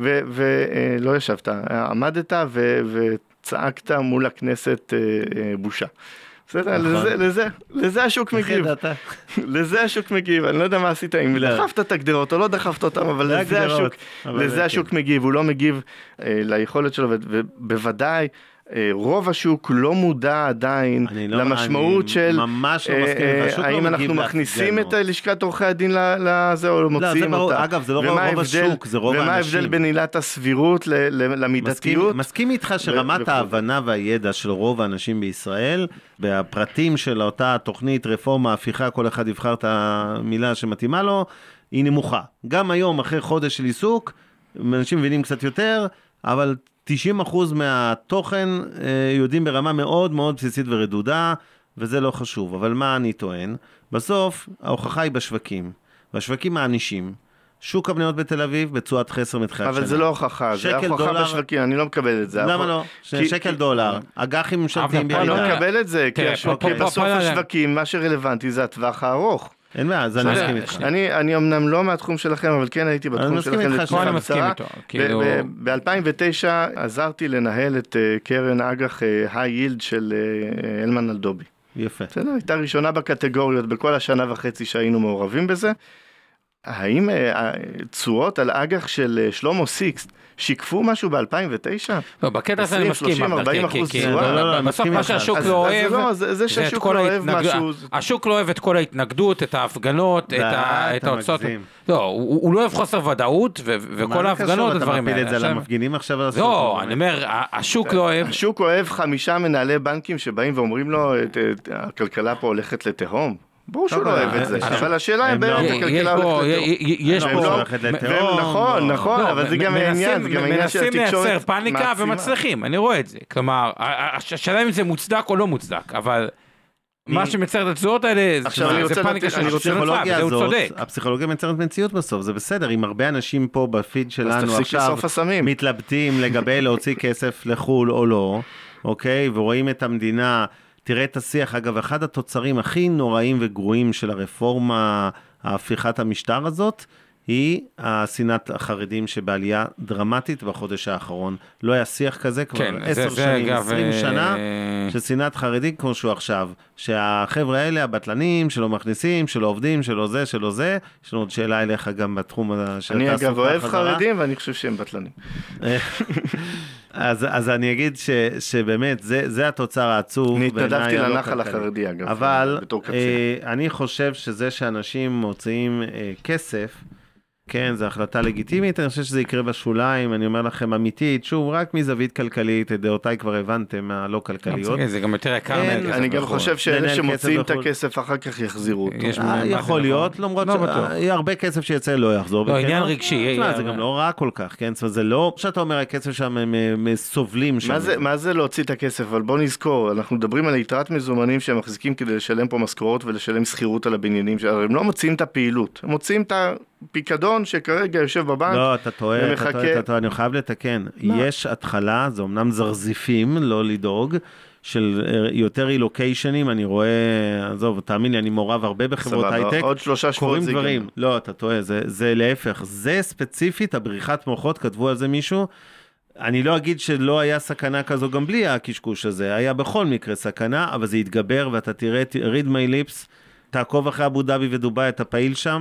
ולא ישבת, עמדת צעקת מול הכנסת בושה. בסדר, לזה השוק מגיב. לזה השוק מגיב. אני לא יודע מה עשית, אם דחפת את הגדרות או לא דחפת אותם, אבל לזה השוק מגיב. הוא לא מגיב ליכולת שלו, ובוודאי רוב השוק לא מודע עדיין למשמעות של האם אנחנו מכניסים את לשכת עורכי הדין לזה או מוציאים אותה. אגב, זה לא רוב השוק, זה רוב האנשים. ומה ההבדל בין עילת הסבירות למידתיות? מסכים איתך שרמת ההבנה והידע של רוב האנשים בישראל, והפרטים של אותה תוכנית, רפורמה, הפיכה, כל אחד יבחר את המילה שמתאימה לו, היא נמוכה. גם היום, אחרי חודש של עיסוק, אנשים מבינים קצת יותר, אבל 90% מהתוכן יודעים ברמה מאוד מאוד בסיסית ורדודה, וזה לא חשוב. אבל מה אני טוען? בסוף, ההוכחה היא בשווקים. והשווקים מענישים. שוק המניות בתל אביב, בצועת חסר מתחילת שנה. אבל זה לא הוכחה, זה הוכחה בשווקים, אני לא מקבל את זה. למה לא? שקל דולר, אג"חים ממשלתיים בירידה. אני לא מקבל את זה, כי בסוף השווקים, מה שרלוונטי זה הטווח הארוך. אין מה, אז אני מסכים איתך. אני אמנם לא מהתחום שלכם, אבל כן הייתי בתחום שלכם. אני מסכים איתו. ב-2009 עזרתי לנהל את קרן אג"ח היי-יילד של אלמן אלדובי. יפה. הייתה ראשונה בקטגוריות בכל השנה וחצי שהיינו מעורבים בזה. האם צורות על אג"ח של שלמה סיקסט שיקפו משהו ב-2009? לא, בקטע הזה אני מסכים. 30-40% תשואה. בסוף מה שהשוק לא אוהב, זה שהשוק לא אוהב משהו. השוק לא אוהב את כל ההתנגדות, את ההפגנות, את ההוצאות. לא, הוא לא אוהב חוסר ודאות, וכל ההפגנות, הדברים האלה. אתה מפיל את זה למפגינים עכשיו? לא, אני אומר, השוק לא אוהב. השוק אוהב 5 מנהלי בנקים שבאים ואומרים לו, הכלכלה פה הולכת לתהום. ברור שהוא לא אוהב את זה, אבל השאלה היא באמת הכלכלה הולכת לתהום. נכון, אבל זה גם העניין, זה גם העניין של התקשורת. מנסים לייצר פאניקה ומצליחים, אני רואה את זה. כלומר, השאלה אם זה מוצדק או לא מוצדק, אבל מה שמייצר את התזורות האלה, זה פאניקה של הפסיכולוגיה הזאת, הפסיכולוגיה מייצרת מציאות בסוף, זה בסדר, אם הרבה אנשים פה בפיד שלנו עכשיו מתלבטים לגבי להוציא כסף לחול או לא, אוקיי, ורואים את המדינה, תראה את השיח, אגב, אחד התוצרים הכי נוראים וגרועים של הרפורמה, ההפיכת המשטר הזאת, היא השנאת החרדים שבעלייה דרמטית בחודש האחרון. לא היה שיח כזה כבר 10 שנים, 20 שנה, ששנאת חרדים כמו שהוא עכשיו, שהחבר'ה האלה, הבטלנים, שלא מכניסים, שלא עובדים, שלא זה, שלא זה, יש לנו עוד שאלה אליך גם בתחום של אני אגב אוהב חרדים, ואני חושב שהם בטלנים. אז אני אגיד שבאמת, זה התוצר העצוב. אני התנדבתי לנחל החרדי, אגב. אבל אני חושב שזה שאנשים מוציאים כסף, כן, זו החלטה לגיטימית, אני חושב שזה יקרה בשוליים, אני אומר לכם אמיתית, שוב, רק מזווית כלכלית, את דעותיי כבר הבנתם מהלא כלכליות. זה גם יותר יקר. אני גם חושב שאלה שמוציאים את הכסף אחר כך יחזירו אותו. יכול להיות, למרות שיהיה הרבה כסף שיצא לא יחזור. לא, עניין רגשי. זה גם לא רע כל כך, כן, זה לא שאתה אומר הכסף שם סובלים שם. מה זה להוציא את הכסף? אבל בוא נזכור, אנחנו מדברים על יתרת מזומנים שהם מחזיקים כדי לשלם פה משכורות ולשלם שכירות על הבניינים, הם לא מוציאים את הפעילות, הם מוציאים את פיקדון שכרגע יושב בבנק. לא, אתה טועה, אני חייב לתקן. יש התחלה, זה אמנם זרזיפים, לא לדאוג, של יותר אילוקיישנים, אני רואה, עזוב, תאמין לי, אני מעורב הרבה בחברות הייטק. עוד 3 שבועות זה דברים. לא, אתה טועה, זה להפך. זה ספציפית, הבריחת מוחות, כתבו על זה מישהו, אני לא אגיד שלא היה סכנה כזו גם בלי הקשקוש הזה, היה בכל מקרה סכנה, אבל זה יתגבר, ואתה תראה, read my lips, תעקוב אחרי אבו דאבי ודובאי, אתה פעיל שם,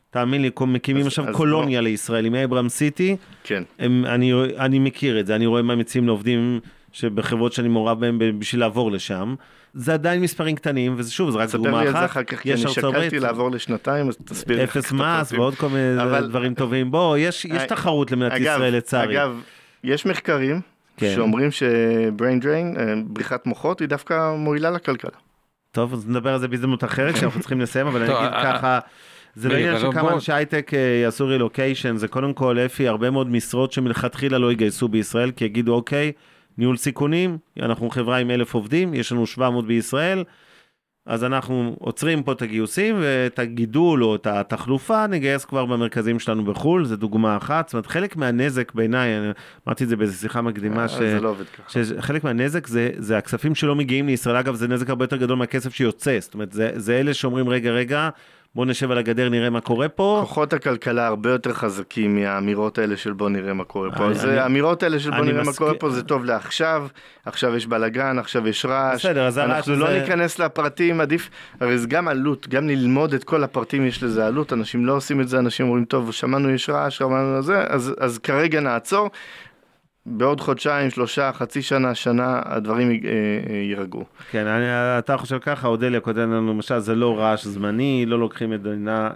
תאמין לי, מקימים עכשיו קולוניה לישראל, עם אברהם סיטי, כן. אני מכיר את זה, אני רואה מה מציעים לעובדים שבחברות שאני מעורב בהם בשביל לעבור לשם, זה עדיין מספרים קטנים, וזה שוב, זה רק דוגמה אחת. ספר לי את זה אחר כך, כי אני שקלתי לעבור לשנתיים, אז תסביר לי. אפס מס ועוד כל מיני דברים טובים. בוא, יש תחרות למדינת ישראל לצערי. אגב, יש מחקרים שאומרים שbrain drain, בריחת מוחות, היא דווקא מועילה לכלכלה. טוב, אז נדבר על זה בהזדמנות אחרת, שאנחנו צריכים לסיים, אבל אני אגיד ככה, זה לא עניין שכמה אנשי הייטק יעשו רילוקיישן, זה קודם כל, אפי, הרבה מאוד משרות שמלכתחילה לא יגייסו בישראל, כי יגידו, אוקיי, ניהול סיכונים, אנחנו חברה עם 1,000 עובדים, יש לנו 700 בישראל, אז אנחנו עוצרים פה את הגיוסים, ואת הגידול או את התחלופה נגייס כבר במרכזים שלנו בחול, זה דוגמה אחת, זאת אומרת, חלק מהנזק בעיניי, אמרתי את זה באיזו שיחה מקדימה, זה לא עובד ככה. שחלק מהנזק זה הכספים שלא מגיעים לישראל, אגב, זה נזק הרבה יותר גדול מהכסף שיוצא, זאת אומרת, זה אלה שאומרים, רגע, בוא נשב על הגדר, נראה מה קורה פה. כוחות הכלכלה הרבה יותר חזקים מהאמירות האלה של בוא נראה מה קורה פה. האמירות האלה של בוא נראה מה קורה פה זה טוב לעכשיו, עכשיו יש בלגן, עכשיו יש רעש. בסדר, אז אנחנו לא ניכנס לפרטים, עדיף, הרי זה גם עלות, גם ללמוד את כל הפרטים יש לזה עלות, אנשים לא עושים את זה, אנשים אומרים טוב, שמענו יש רעש, שמענו זה, אז כרגע נעצור. בעוד חודשיים, 3, חצי שנה, הדברים יירגעו. כן, אתה חושב ככה, אודליה כותב לנו, למשל, זה לא רעש זמני, לא לוקחים מדינה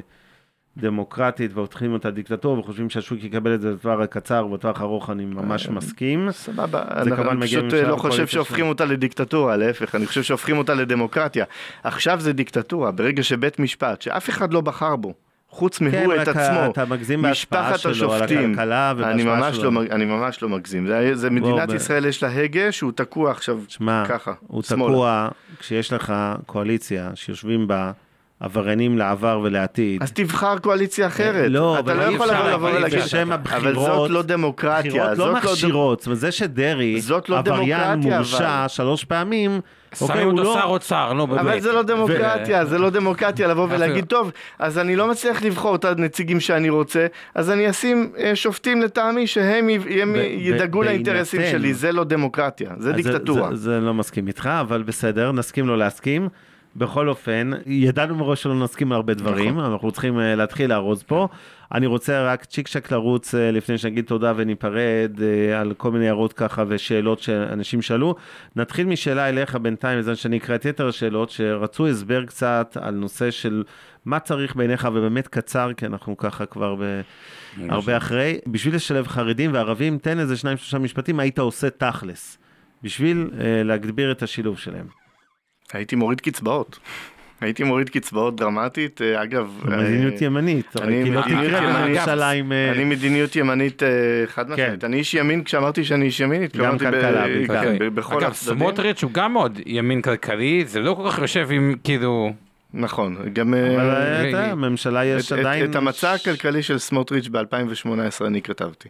דמוקרטית, והופכים אותה דיקטטור, וחושבים שהשוק יקבל את זה בטווח הקצר, ובטווח ארוך אני ממש מסכים. סבבה, אני פשוט לא חושב שהופכים אותה לדיקטטורה, להפך, אני חושב שהופכים אותה לדמוקרטיה. עכשיו זה דיקטטורה, ברגע שבית משפט, שאף אחד לא בחר בו, חוץ מהוא את עצמו, משפחת השופטים, אני ממש לא מגזים, זה מדינת ישראל יש לה הגה שהוא תקוע עכשיו ככה, הוא תקוע כשיש לך קואליציה שיושבים בה עבריינים לעבר ולעתיד. אז תבחר קואליציה אחרת. לא, אתה לא יכול לבוא ולהגיד, אבל זאת לא דמוקרטיה. בחירות לא מכשירות, זאת אומרת, זה שדרי, עבריין מורשע 3 פעמים, שמים אותו שר אוצר, לא באמת. אבל זה לא דמוקרטיה, זה לא דמוקרטיה לבוא ולהגיד, טוב, אז אני לא מצליח לבחור את הנציגים שאני רוצה, אז אני אשים שופטים לטעמי שהם ידאגו לאינטרסים שלי, זה לא דמוקרטיה, זה דיקטטורה. זה לא מסכים איתך, אבל בסדר, נסכים לא להסכים. בכל אופן, ידענו מראש שלא נסכים על הרבה דברים, אנחנו צריכים להתחיל להרוז פה. אני רוצה רק צ'יק צ'ק לרוץ לפני שנגיד תודה וניפרד על כל מיני הערות ככה ושאלות שאנשים שאלו. נתחיל משאלה אליך בינתיים, לזמן שאני אקרא את יתר השאלות, שרצו הסבר קצת על נושא של מה צריך בעיניך, ובאמת קצר, כי אנחנו ככה כבר הרבה אחרי. בשביל לשלב חרדים וערבים, תן איזה 2-3 משפטים, היית עושה תכלס, בשביל להגביר את השילוב שלהם. הייתי מוריד קצבאות דרמטית, אגב... מדיניות ימנית, כי לא תקרה בממשלה עם... אני מדיניות ימנית חד משמעית. אני איש ימין, כשאמרתי שאני איש ימין, גם כלכלה. אגב, סמוטריץ' הוא גם מאוד ימין כלכלי, זה לא כל כך יושב עם כאילו... נכון, גם... אבל הממשלה יש עדיין... את המצע הכלכלי של סמוטריץ' ב-2018 אני כתבתי.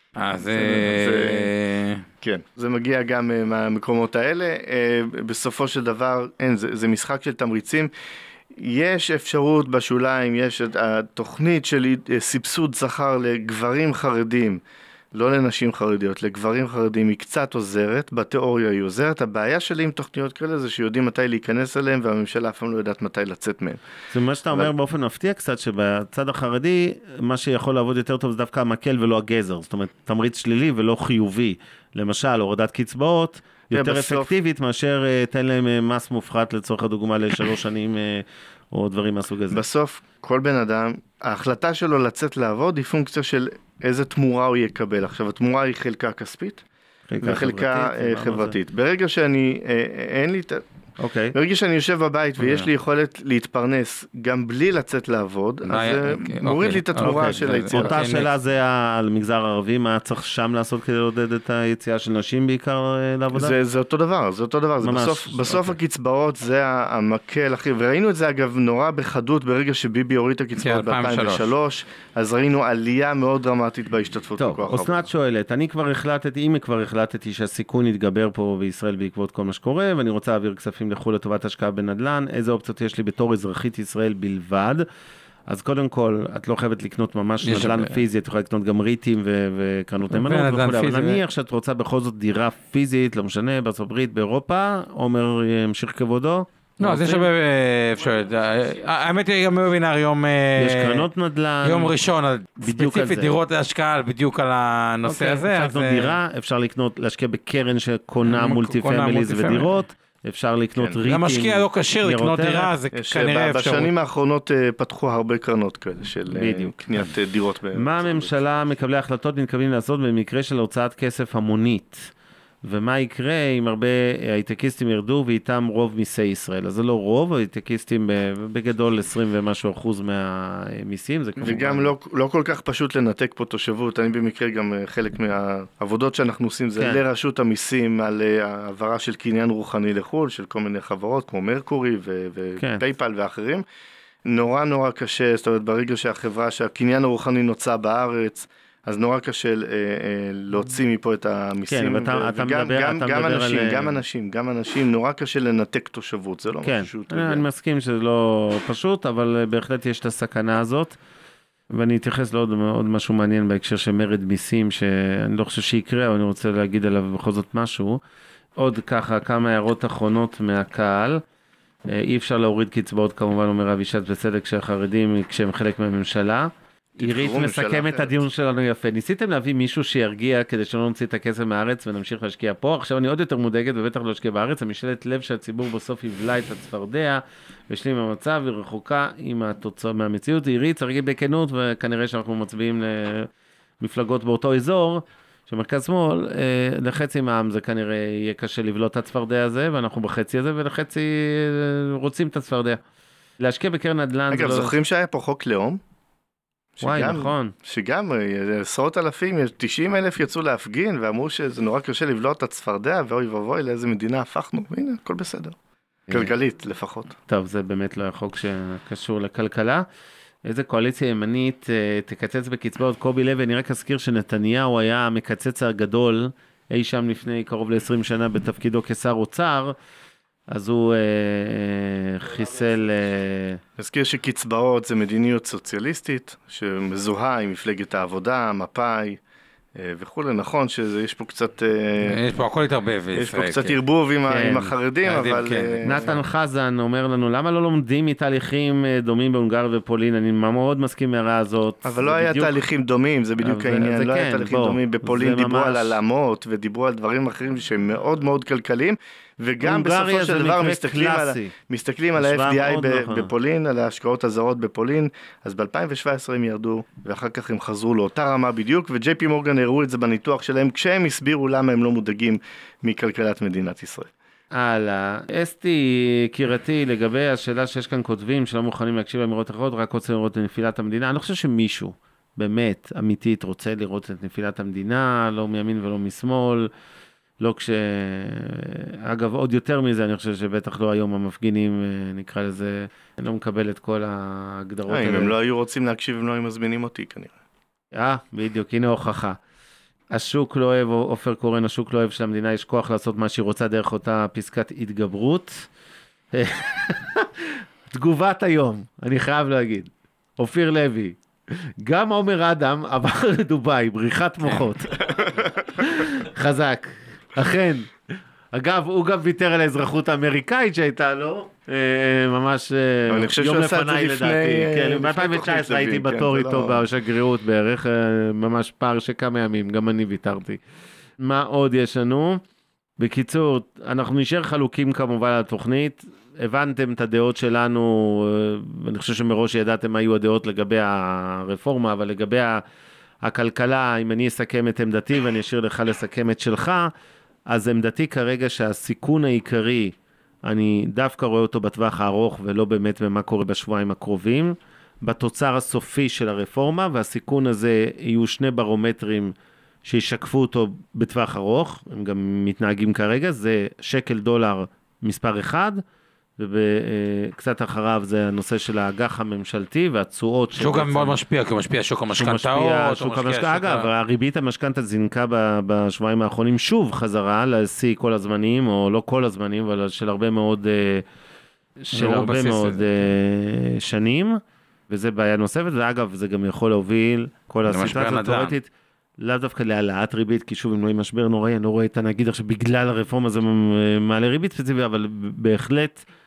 כן, זה מגיע גם מהמקומות האלה, בסופו של דבר, זה משחק של תמריצים, יש אפשרות בשוליים, יש התוכנית של סבסוד שכר לגברים חרדים, לא לנשים חרדיות, לגברים חרדים היא קצת עוזרת, בתיאוריה היא עוזרת, הבעיה שלי עם תוכניות כאלה זה שיודעים מתי להיכנס אליהם, והממשלה אף פעם לא יודעת מתי לצאת מהם. זה מה שאתה אומר באופן מפתיע קצת, שבצד החרדי, מה שיכול לעבוד יותר טוב זה דווקא המקל ולא הגזר, זאת אומרת, תמריץ שלילי ולא חיובי, למשל, הורדת קצבאות, יותר אפקטיבית מאשר תן להם מס מופחת לצורך הדוגמה ל3 שנים, או דברים מהסוג הזה. בסוף, כל בן אדם, ההחלטה שלו לצאת לעבוד היא פונקציה של איזה תמורה הוא יקבל. עכשיו, התמורה היא חלקה כספית וחלקה חברתית. ברגע שאני, אין לי... ברגע שאני יושב בבית ויש לי יכולת להתפרנס גם בלי לצאת לעבוד, אז מוריד לי את התמורה של היצירה. אותה שאלה זה על מגזר ערבי, מה צריך שם לעשות כדי לעודד את היציאה של נשים בעיקר לעבודה? זה אותו דבר, זה אותו דבר. בסוף הקצבאות זה המקל הכי, וראינו את זה אגב נורא בחדות ברגע שביבי הוריד את הקצבאות ב-2003, אז ראינו עלייה מאוד דרמטית בהשתתפות בכוח העבודה. אסנת שואלת, אם כבר החלטתי שהסיכון יתגבר פה בישראל בעקבות כל מה שקורה, ואני רוצה להעביר כספים לחול לטובת השקעה בנדלן, איזה אופציות יש לי בתור אזרחית ישראל בלבד? אז קודם כל, את לא חייבת לקנות ממש נדלן פיזי, את יכולה לקנות גם ריטים וקרנות נאמנות וכו', אבל נניח שאת רוצה בכל זאת דירה פיזית, לא משנה, בארצות הברית, באירופה, עומר ימשיך כבודו? לא, אז יש הרבה אפשרות. האמת היא גם מבינה יום... יש קרנות נדל"ן. יום ראשון, ספציפית דירות להשקעה, בדיוק על הנושא הזה. אפשר לקנות דירה, אפשר להשקיע בקרן שקונה מולטי פמיליז ודירות, אפשר לקנות ריטים. למשקיע לא קשיר לקנות דירה, זה כנראה אפשרות. בשנים האחרונות פתחו הרבה קרנות כאלה של קניית דירות. מה הממשלה מקבלי ההחלטות מתכוונים לעשות במקרה של הוצאת כסף המונית? ומה יקרה אם הרבה הייטקיסטים ירדו ואיתם רוב מיסי ישראל? אז זה לא רוב, הייטקיסטים בגדול 20 ומשהו אחוז מהמיסים. וגם לא כל כך פשוט לנתק פה תושבות. אני במקרה גם חלק מהעבודות שאנחנו עושים זה לרשות המיסים על העברה של קניין רוחני לחול, של כל מיני חברות כמו מרקורי ופייפל ואחרים. נורא קשה, זאת אומרת ברגע שהקניין הרוחני נוצא בארץ, אז נורא קשה להוציא מפה את המיסים, גם אנשים, נורא קשה לנתק תושבות, זה לא משהו שהוא טריוויאלי. אני מסכים שזה לא פשוט, אבל בהחלט יש את הסכנה הזאת, ואני אתייחס לעוד משהו מעניין בהקשר של מרד מיסים, שאני לא חושב שיקרה, אבל אני רוצה להגיד עליו בכל זאת משהו. עוד ככה, כמה הערות אחרונות מהקהל, אי אפשר להוריד קצבאות כמובן, אומר אבישת בצדק שהחרדים כשהם חלק מהממשלה, עירית מסכם את הדיון שלנו יפה. ניסיתם להביא מישהו שירגיע כדי שלא נוציא את הכסף מהארץ ונמשיך להשקיע פה. עכשיו אני עוד יותר מודאגת ובטח לא להשקיע בארץ. המשאלת לב שהציבור בסוף יבלע את הצפרדע ושלים המצב ורחוקה עם התוצאה מהמציאות. עירית, צריך להגיד בכנות, וכנראה שאנחנו מצביעים למפלגות באותו אזור, שמרכז שמאל, לחצי מהעם זה כנראה יהיה קשה לבלוע את הצפרדע הזה, ואנחנו בחצי הזה, ולחצי רוצים את הצפרדע. להשקיע בקרן נדל"ן... אגב, זוכרים שהיה פה חוק לאום? וואי, נכון. שגם עשרות אלפים, 90,000 יצאו להפגין, ואמרו שזה נורא קשה לבלוע את הצפרדע, ואוי ובוי, לאיזה מדינה הפכנו. הנה, הכל בסדר. כלכלית לפחות. טוב, זה באמת לא החוק שקשור לכלכלה. איזה קואליציה ימנית תקצץ בקצבאות? קובי לוי, אני רק אזכיר שנתניהו היה המקצץ הגדול, אי שם לפני קרוב ל-20 שנה בתפקידו כשר אוצר, אז הוא חיסל... נזכיר שקצבאות זה מדיניות סוציאליסטית, שמזוהה עם מפלגת העבודה, מפאי וכו'. נכון שיש פה קצת... יש פה הכל התערבב. יש פה קצת ערבוב עם החרדים, אבל... נתן חזן אומר לנו, למה לא לומדים מתהליכים דומים בהונגריה ופולין? אני מאוד מסכים מהרעה הזאת. אבל לא היה תהליכים דומים, זה בדיוק העניין. לא היה תהליכים דומים. בפולין דיברו על הלאמות, ודיברו על דברים אחרים שהם מאוד מאוד כלכליים, וגם בסופו של דבר מסתכלים על ה-FDI בפולין, על ההשקעות הזרות בפולין, אז ב-2017 הם ירדו, ואחר כך הם חזרו לאותה רמה בדיוק, ו-JP מורגן הראו את זה בניתוח שלהם, כשהם הסבירו למה הם לא מודאגים מכלכלת מדינת ישראל. הלאה, אסתי קירתי, לגבי השאלה שיש כאן כותבים, שלא מוכנים להקשיב לאמירות אחרות, רק רוצה לראות את נפילת המדינה, אני חושב שמישהו, באמת, אמיתית, רוצה לראות את נפילת המדינה, לא מימין ולא משמאל, לא אגב, עוד יותר מזה, אני חושב שבטח לא היום המפגינים, נקרא לזה, אני לא מקבל את כל ההגדרות האלה. אם הם לא היו רוצים להקשיב, הם לא היו מזמינים אותי כנראה. בדיוק, הנה הוכחה. השוק לא אוהב, אופר קורן, השוק לא אוהב של המדינה, יש כוח לעשות מה שהיא רוצה דרך אותה פסקת התגברות. תגובת היום, אני חייב להגיד. אופיר לוי, גם עומר אדם עבר לדוביי, בריחת מוחות. חזק. אכן, אגב, הוא גם ויתר על האזרחות האמריקאית שהייתה לו, ממש יום לפניי לדעתי, ב-2019 הייתי בתור איתו בשגרירות בערך, ממש פער שכמה ימים, גם אני ויתרתי. מה עוד יש לנו? בקיצור, אנחנו נשאר חלוקים כמובן על התוכנית, הבנתם את הדעות שלנו, אני חושב שמראש ידעתם מה היו הדעות לגבי הרפורמה, אבל לגבי הכלכלה, אם אני אסכם את עמדתי ואני אשאיר לך לסכם את שלך, אז עמדתי כרגע שהסיכון העיקרי, אני דווקא רואה אותו בטווח הארוך ולא באמת במה קורה בשבועיים הקרובים, בתוצר הסופי של הרפורמה, והסיכון הזה יהיו שני ברומטרים שישקפו אותו בטווח ארוך, הם גם מתנהגים כרגע, זה שקל דולר מספר 1, וקצת אחריו זה הנושא של האג"ח הממשלתי והתשואות. שוק גם מאוד משפיע, כי משפיע שוק המשכנתאות. אגב, הריבית המשכנתא זינקה בשבועיים האחרונים שוב חזרה לשיא כל הזמנים, או לא כל הזמנים, אבל של הרבה מאוד שנים, וזה בעיה נוספת, ואגב, זה גם יכול להוביל כל הסיטואציה התיאורטית, לאו דווקא להעלאת ריבית, כי שוב, אם לא יהיה משבר נוראי, אני לא רואה את הנגיד עכשיו, בגלל הרפורמה זה מעלה ריבית ספציפית, אבל בהחלט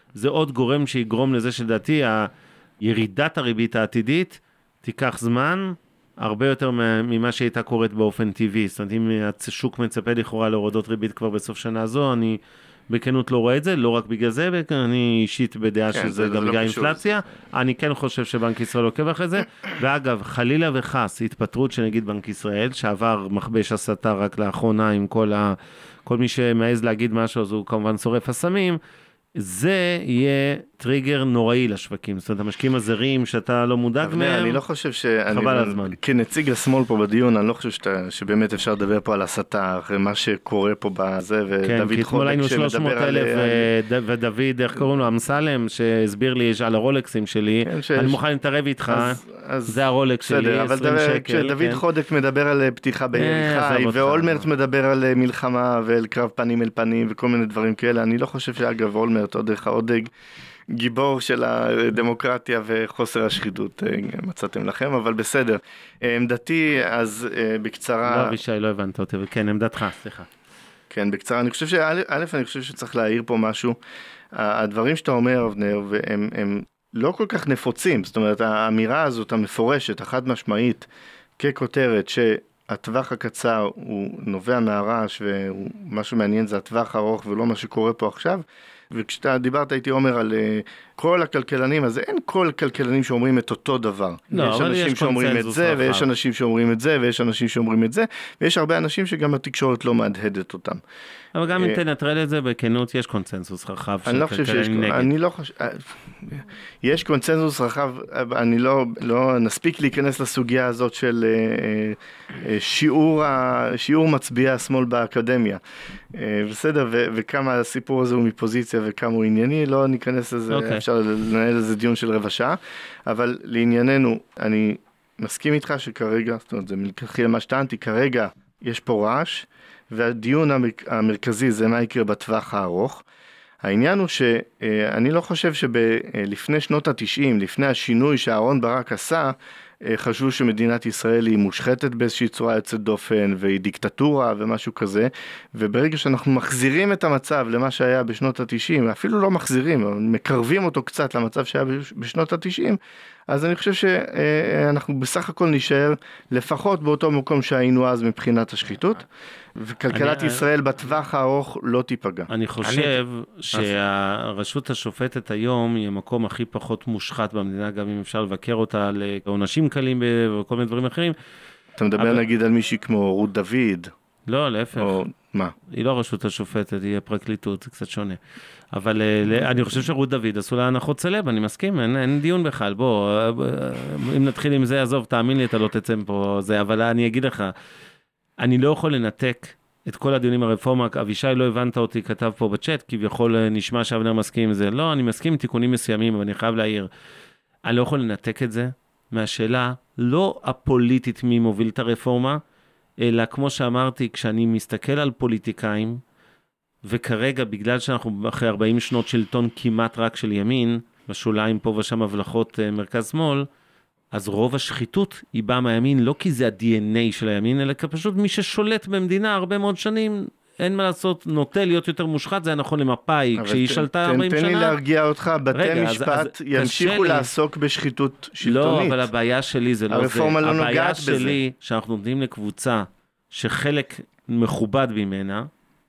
זה עוד גורם שיגרום לזה שלדעתי, ירידת הריבית העתידית תיקח זמן, הרבה יותר ממה שהייתה קורית באופן טבעי. זאת אומרת, אם השוק מצפה לכאורה להורדות ריבית כבר בסוף שנה זו, אני בכנות לא רואה את זה, לא רק בגלל זה, אני אישית בדעה שזה גם בגלל אינפלציה. אני כן חושב שבנק ישראל עוקב אחרי זה, ואגב, חלילה וחס, התפטרות של נגיד בנק ישראל, שעבר מכבש הסתה רק לאחרונה עם כל מי שמעז להגיד משהו, אז הוא כמובן שורף הסמים, זה יהיה טריגר נוראי לשווקים. זאת אומרת, המשקיעים הזרים שאתה לא מודאג מהם, אני לא חושב חבל הזמן. כנציג השמאל פה בדיון, אני לא חושב שבאמת אפשר לדבר פה על הסתה, אחרי מה שקורה פה בזה, כן, כי אתמול היינו 300,000, ודוד, איך קוראים לו, אמסלם, שהסביר לי על הרולקסים שלי, אני מוכן להתערב איתך, זה הרולקס שלי, 20 שקל. כשדוד חודק מדבר על פתיחה ביריחי, ואולמרט מדבר על מלחמה, ועל קרב פנים אל פנים, וכל מיני דברים כאלה, אני לא חושב שאגב אולמרט עוד גיבור של הדמוקרטיה וחוסר השחיתות מצאתם לכם, אבל בסדר. עמדתי, אז בקצרה... לא, אבישי, לא הבנת אותי, וכן, עמדתך, סליחה. כן, בקצרה, אני חושב אני חושב שצריך להעיר פה משהו. הדברים שאתה אומר, אבנר, הם לא כל כך נפוצים, זאת אומרת, האמירה הזאת המפורשת, החד משמעית, ככותרת, שהטווח הקצר הוא נובע מהרעש, ומשהו מעניין זה הטווח הארוך ולא מה שקורה פה עכשיו, וכשאתה דיברת הייתי אומר על כל הכלכלנים, אז אין כל כלכלנים שאומרים את אותו דבר. לא, יש אנשים שאומרים את זה, ויש אנשים שאומרים את זה, ויש אנשים שאומרים את זה, ויש הרבה אנשים שגם התקשורת לא מהדהדת אותם. אבל גם אם תנטרל את זה, בכנות יש קונסנזוס רחב של כלכלנים נגד. אני לא חושב, יש קונסנזוס רחב, אני לא נספיק להיכנס לסוגיה הזאת של שיעור מצביעי השמאל באקדמיה. בסדר, וכמה הסיפור הזה הוא מפוזיציה וכמה הוא ענייני, לא ניכנס לזה, אפשר לנהל איזה דיון של רבע שעה, אבל לענייננו, אני מסכים איתך שכרגע, זאת אומרת, זה מלכתחילה מה שטענתי, כרגע יש פה רעש, והדיון המרכזי זה מה יקרה בטווח הארוך. העניין הוא שאני לא חושב שלפני שנות ה-90, לפני השינוי שאהרון ברק עשה, חשבו שמדינת ישראל היא מושחתת באיזושהי צורה יוצאת דופן, והיא דיקטטורה ומשהו כזה, וברגע שאנחנו מחזירים את המצב למה שהיה בשנות ה-90, אפילו לא מחזירים, מקרבים אותו קצת למצב שהיה בשנות ה-90, אז אני חושב שאנחנו בסך הכל נשאר לפחות באותו מקום שהיינו אז מבחינת השחיתות, וכלכלת ישראל בטווח הארוך לא תיפגע. אני חושב שהרשות השופטת היום היא המקום הכי פחות מושחת במדינה, גם אם אפשר לבקר אותה לעונשים קלים וכל מיני דברים אחרים. אתה מדבר נגיד על מישהי כמו רות דוד? לא, להפך. מה? היא לא הרשות השופטת, היא הפרקליטות, זה קצת שונה. אבל אני חושב שרות דוד עשו לה הנחות סלב, אני מסכים, אין דיון בכלל. בוא, אם נתחיל עם זה, עזוב, תאמין לי, אתה לא תצא פה זה, אבל אני אגיד לך, אני לא יכול לנתק את כל הדיונים הרפורמה, אבישי לא הבנת אותי, כתב פה בצ'אט, כביכול נשמע שאבנר מסכים עם זה. לא, אני מסכים עם תיקונים מסוימים, אבל אני חייב להעיר. אני לא יכול לנתק את זה מהשאלה, לא הפוליטית מי מוביל את הרפורמה, אלא כמו שאמרתי, כשאני מסתכל על פוליטיקאים, וכרגע בגלל שאנחנו אחרי 40 שנות שלטון כמעט רק של ימין, בשוליים פה ושם הבלחות מרכז שמאל, אז רוב השחיתות היא באה מהימין, לא כי זה ה-DNA של הימין, אלא פשוט מי ששולט במדינה הרבה מאוד שנים, אין מה לעשות, נוטה להיות יותר מושחת, זה היה נכון למפאי, כשהיא שלטה 40 שנה. תן לי להרגיע אותך, בתי משפט ימשיכו לעסוק בשחיתות שלטונית. לא, אבל הבעיה שלי זה לא זה. הרפורמה לא נוגעת בזה. הבעיה שלי, שאנחנו נותנים לקבוצה, שחלק מכובד ממנה,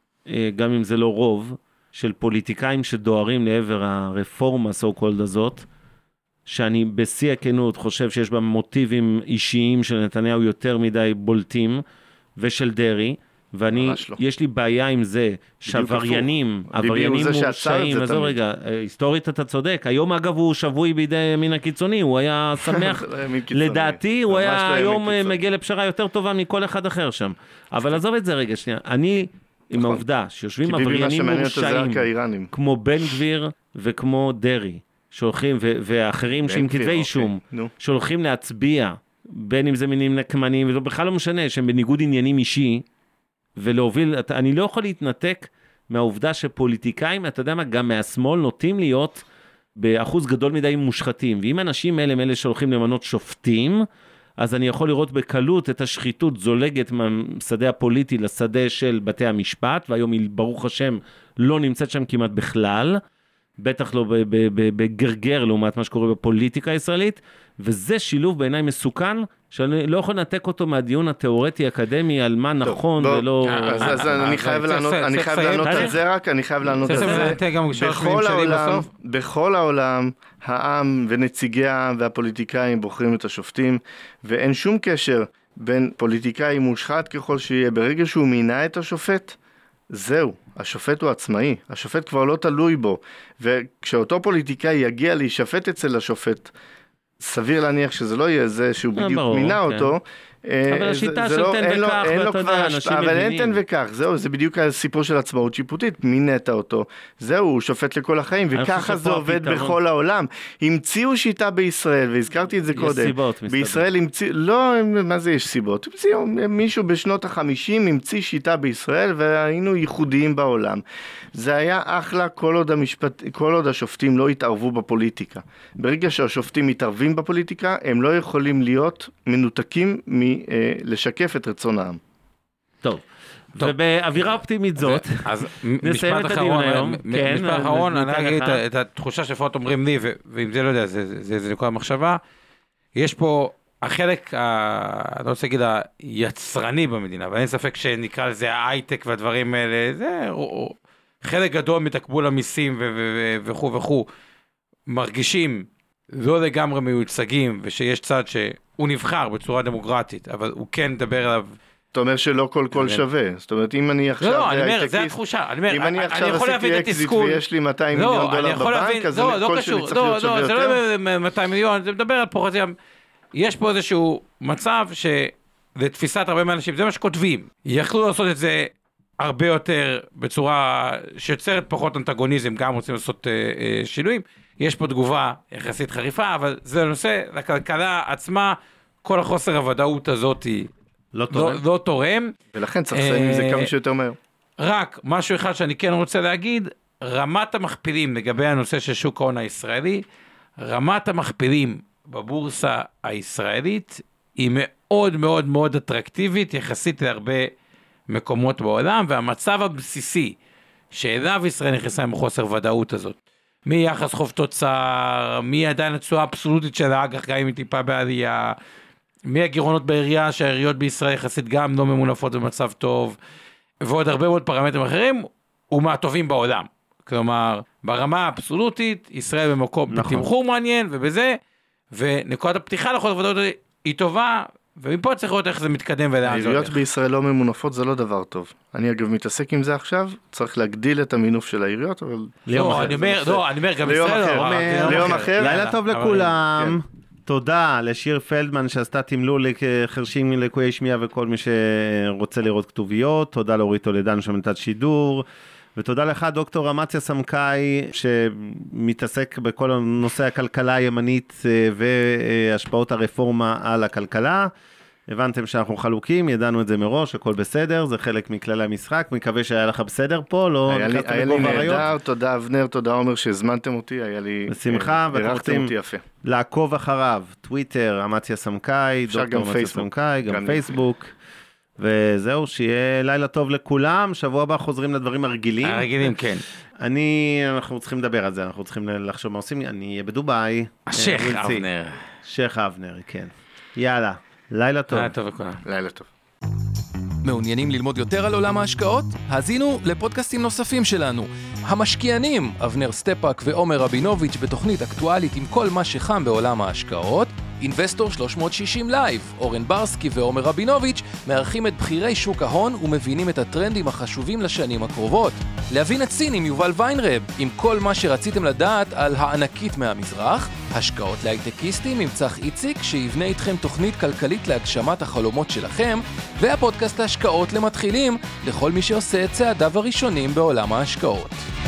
גם אם זה לא רוב, של פוליטיקאים שדוהרים לעבר הרפורמה, so called הזאת, שאני בשיא הכנות חושב שיש בה מוטיבים אישיים של נתניהו יותר מדי בולטים, ושל דרי, ואני, יש לי בעיה עם זה, שעבריינים, עבריינים מורשעים, אז רגע, היסטורית אתה צודק, היום אגב הוא שבוי בידי ימין הקיצוני, הוא היה שמח, לדעתי הוא היה היום מגיע לפשרה יותר טובה מכל אחד אחר שם, אבל עזוב את זה רגע שנייה, אני עם העובדה שיושבים עבריינים מורשעים, כמו בן גביר וכמו דרי, שהולכים, ואחרים שעם כתבי אישום, שהולכים להצביע, בין אם זה מינים נקמנים, וזה בכלל לא משנה, שהם בניגוד עניינים אישי, ולהוביל, אני לא יכול להתנתק מהעובדה שפוליטיקאים, אתה יודע מה, גם מהשמאל נוטים להיות באחוז גדול מדי מושחתים, ואם אנשים אלה שהולכים למנות שופטים, אז אני יכול לראות בקלות את השחיתות זולגת מהשדה הפוליטי לשדה של בתי המשפט, והיום היא ברוך השם לא נמצאת שם כמעט בכלל, בטח לא בגרגר לעומת מה שקורה בפוליטיקה הישראלית, וזה שילוב בעיניי מסוכן, שאני לא יכול לנתק אותו מהדיון התיאורטי האקדמי על מה נכון ולא... אז אני חייב לענות על זה רק, בכל העולם, העם ונציגי העם והפוליטיקאים בוחרים את השופטים, ואין שום קשר בין פוליטיקאי מושחת ככל שיהיה, ברגע שהוא מינה את השופט, זהו, השופט הוא עצמאי, השופט כבר לא תלוי בו, וכשאותו פוליטיקאי יגיע להישפט אצל השופט, סביר להניח שזה לא יהיה זה שהוא בדיוק מינה אותו, אבל השיטה של תן וכך, ואתה יודע, אנשים מבינים. אבל אין תן וכך, זהו, זה בדיוק הסיפור של עצמאות שיפוטית, מינית אותו, זהו, הוא שופט לכל החיים, וככה זה עובד בכל העולם. המציאו שיטה בישראל, והזכרתי את זה קודם. יש סיבות, מסתבר. בישראל המציאו, לא, מה זה יש סיבות? מישהו בשנות ה-50 המציא שיטה בישראל, והיינו ייחודיים בעולם. זה היה אחלה כל עוד השופטים לא התערבו בפוליטיקה. ברגע שהשופטים מתערבים בפוליטיקה, הם לא יכולים להיות מנותקים לשקף את רצון העם. טוב. ובאווירה אופטימית זאת, נסיים את הדיון היום. משפט אחרון, אני אגיד את התחושה שפחות אומרים לי, ואם זה לא יודע, זה נקודה מחשבה, יש פה החלק, אני רוצה להגיד, היצרני במדינה, ואין ספק שנקרא לזה ההייטק והדברים האלה, זה חלק גדול מתקבול המיסים וכו' וכו', מרגישים לא לגמרי מיוצגים, ושיש צד שהוא נבחר בצורה דמוקרטית, אבל הוא כן מדבר עליו. אתה אומר שלא כל שווה, זאת אומרת, אם אני עכשיו... לא, אני אומר, זה התחושה, אם אני עכשיו עשיתי אקזיט ויש לי 200 מיליון דולר בבנק, אז כל שלי צריך להיות שווה יותר? זה לא 200 מיליון, זה מדבר על פרופורציה, יש פה איזשהו מצב שלתפיסת הרבה מהאנשים, זה מה שכותבים, יכלו לעשות את זה הרבה יותר בצורה שיוצרת פחות אנטגוניזם, גם רוצים לעשות שינויים, יש פה תגובה יחסית חריפה, אבל זה נושא, לכלכלה עצמה, כל החוסר הוודאות הזאת היא לא תורם. ולכן צריך לסיים עם זה כמה שיותר מהר. רק משהו אחד שאני כן רוצה להגיד, רמת המכפילים לגבי הנושא של שוק ההון הישראלי, רמת המכפילים בבורסה הישראלית היא מאוד מאוד מאוד אטרקטיבית, יחסית להרבה מקומות בעולם, והמצב הבסיסי שאליו ישראל נכנסה עם חוסר ודאות הזאת, מיחס חוב תוצר, עדיין התשואה האבסולוטית של האג"ח, גם אם היא טיפה בעלייה, מהגירעונות בעירייה, שהעיריות בישראל יחסית גם לא ממונפות במצב טוב, ועוד הרבה מאוד פרמטרים אחרים, ומהטובים בעולם. כלומר, ברמה האבסולוטית, ישראל במקום בתמחור מעניין, ובזה, ונקודת הפתיחה לכל הוודאות היא טובה, ומפה צריך לראות איך זה מתקדם ולאן זה הולך. העיריות בישראל לא ממונפות, זה לא דבר טוב. אני אגב מתעסק עם זה עכשיו, צריך להגדיל את המינוף של העיריות, אבל... לא, אני אומר, גם ישראל... ליום אחר. לילה טוב לכולם. תודה לשיר פלדמן שעשתה תמלול לחרשים לקויי שמיעה וכל מי שרוצה לראות כתוביות. תודה לאורית טולדן שמנתת שידור. ותודה לך דוקטור אמציה סמקאי שמתעסק בכל נושא הכלכלה הימנית והשפעות הרפורמה על הכלכלה. הבנתם שאנחנו חלוקים, ידענו את זה מראש, הכל בסדר, זה חלק מכללי המשחק, מקווה שהיה לך בסדר פה, לא נכנסת בגוב הריות. היה לי נהדר, תודה אבנר, תודה עומר שהזמנתם אותי, היה לי... בשמחה, ואתם רוצים לעקוב אחריו, טוויטר, אמציה סמקאי, דוקטור אמציה סמקאי, גם פייסבוק, וזהו, שיהיה לילה טוב לכולם, שבוע הבא חוזרים לדברים הרגילים. הרגילים, כן. אנחנו צריכים לדבר על זה, אנחנו צריכים לחשוב מה עושים, אני אהיה בדוביי. השייח אבנר. שייח אבנר, כן. יאללה. לילה טוב. לילה טוב לכולם. לילה טוב. מעוניינים ללמוד יותר על עולם ההשקעות? האזינו לפודקאסטים נוספים שלנו. המשקיענים, אבנר סטפאק ועומר רבינוביץ' בתוכנית אקטואלית עם כל מה שחם בעולם ההשקעות. אינבסטור 360 לייב, אורן ברסקי ועומר רבינוביץ' מארחים את בחירי שוק ההון ומבינים את הטרנדים החשובים לשנים הקרובות. להבין את סין עם יובל ויינרב, עם כל מה שרציתם לדעת על הענקית מהמזרח. השקעות להייטקיסטים עם צח איציק שיבנה איתכם תוכנית כלכלית להגשמת החלומות שלכם. והפודקאסט ההשקעות למתחילים לכל מי שעושה את צעדיו הראשונים בעולם ההשקעות.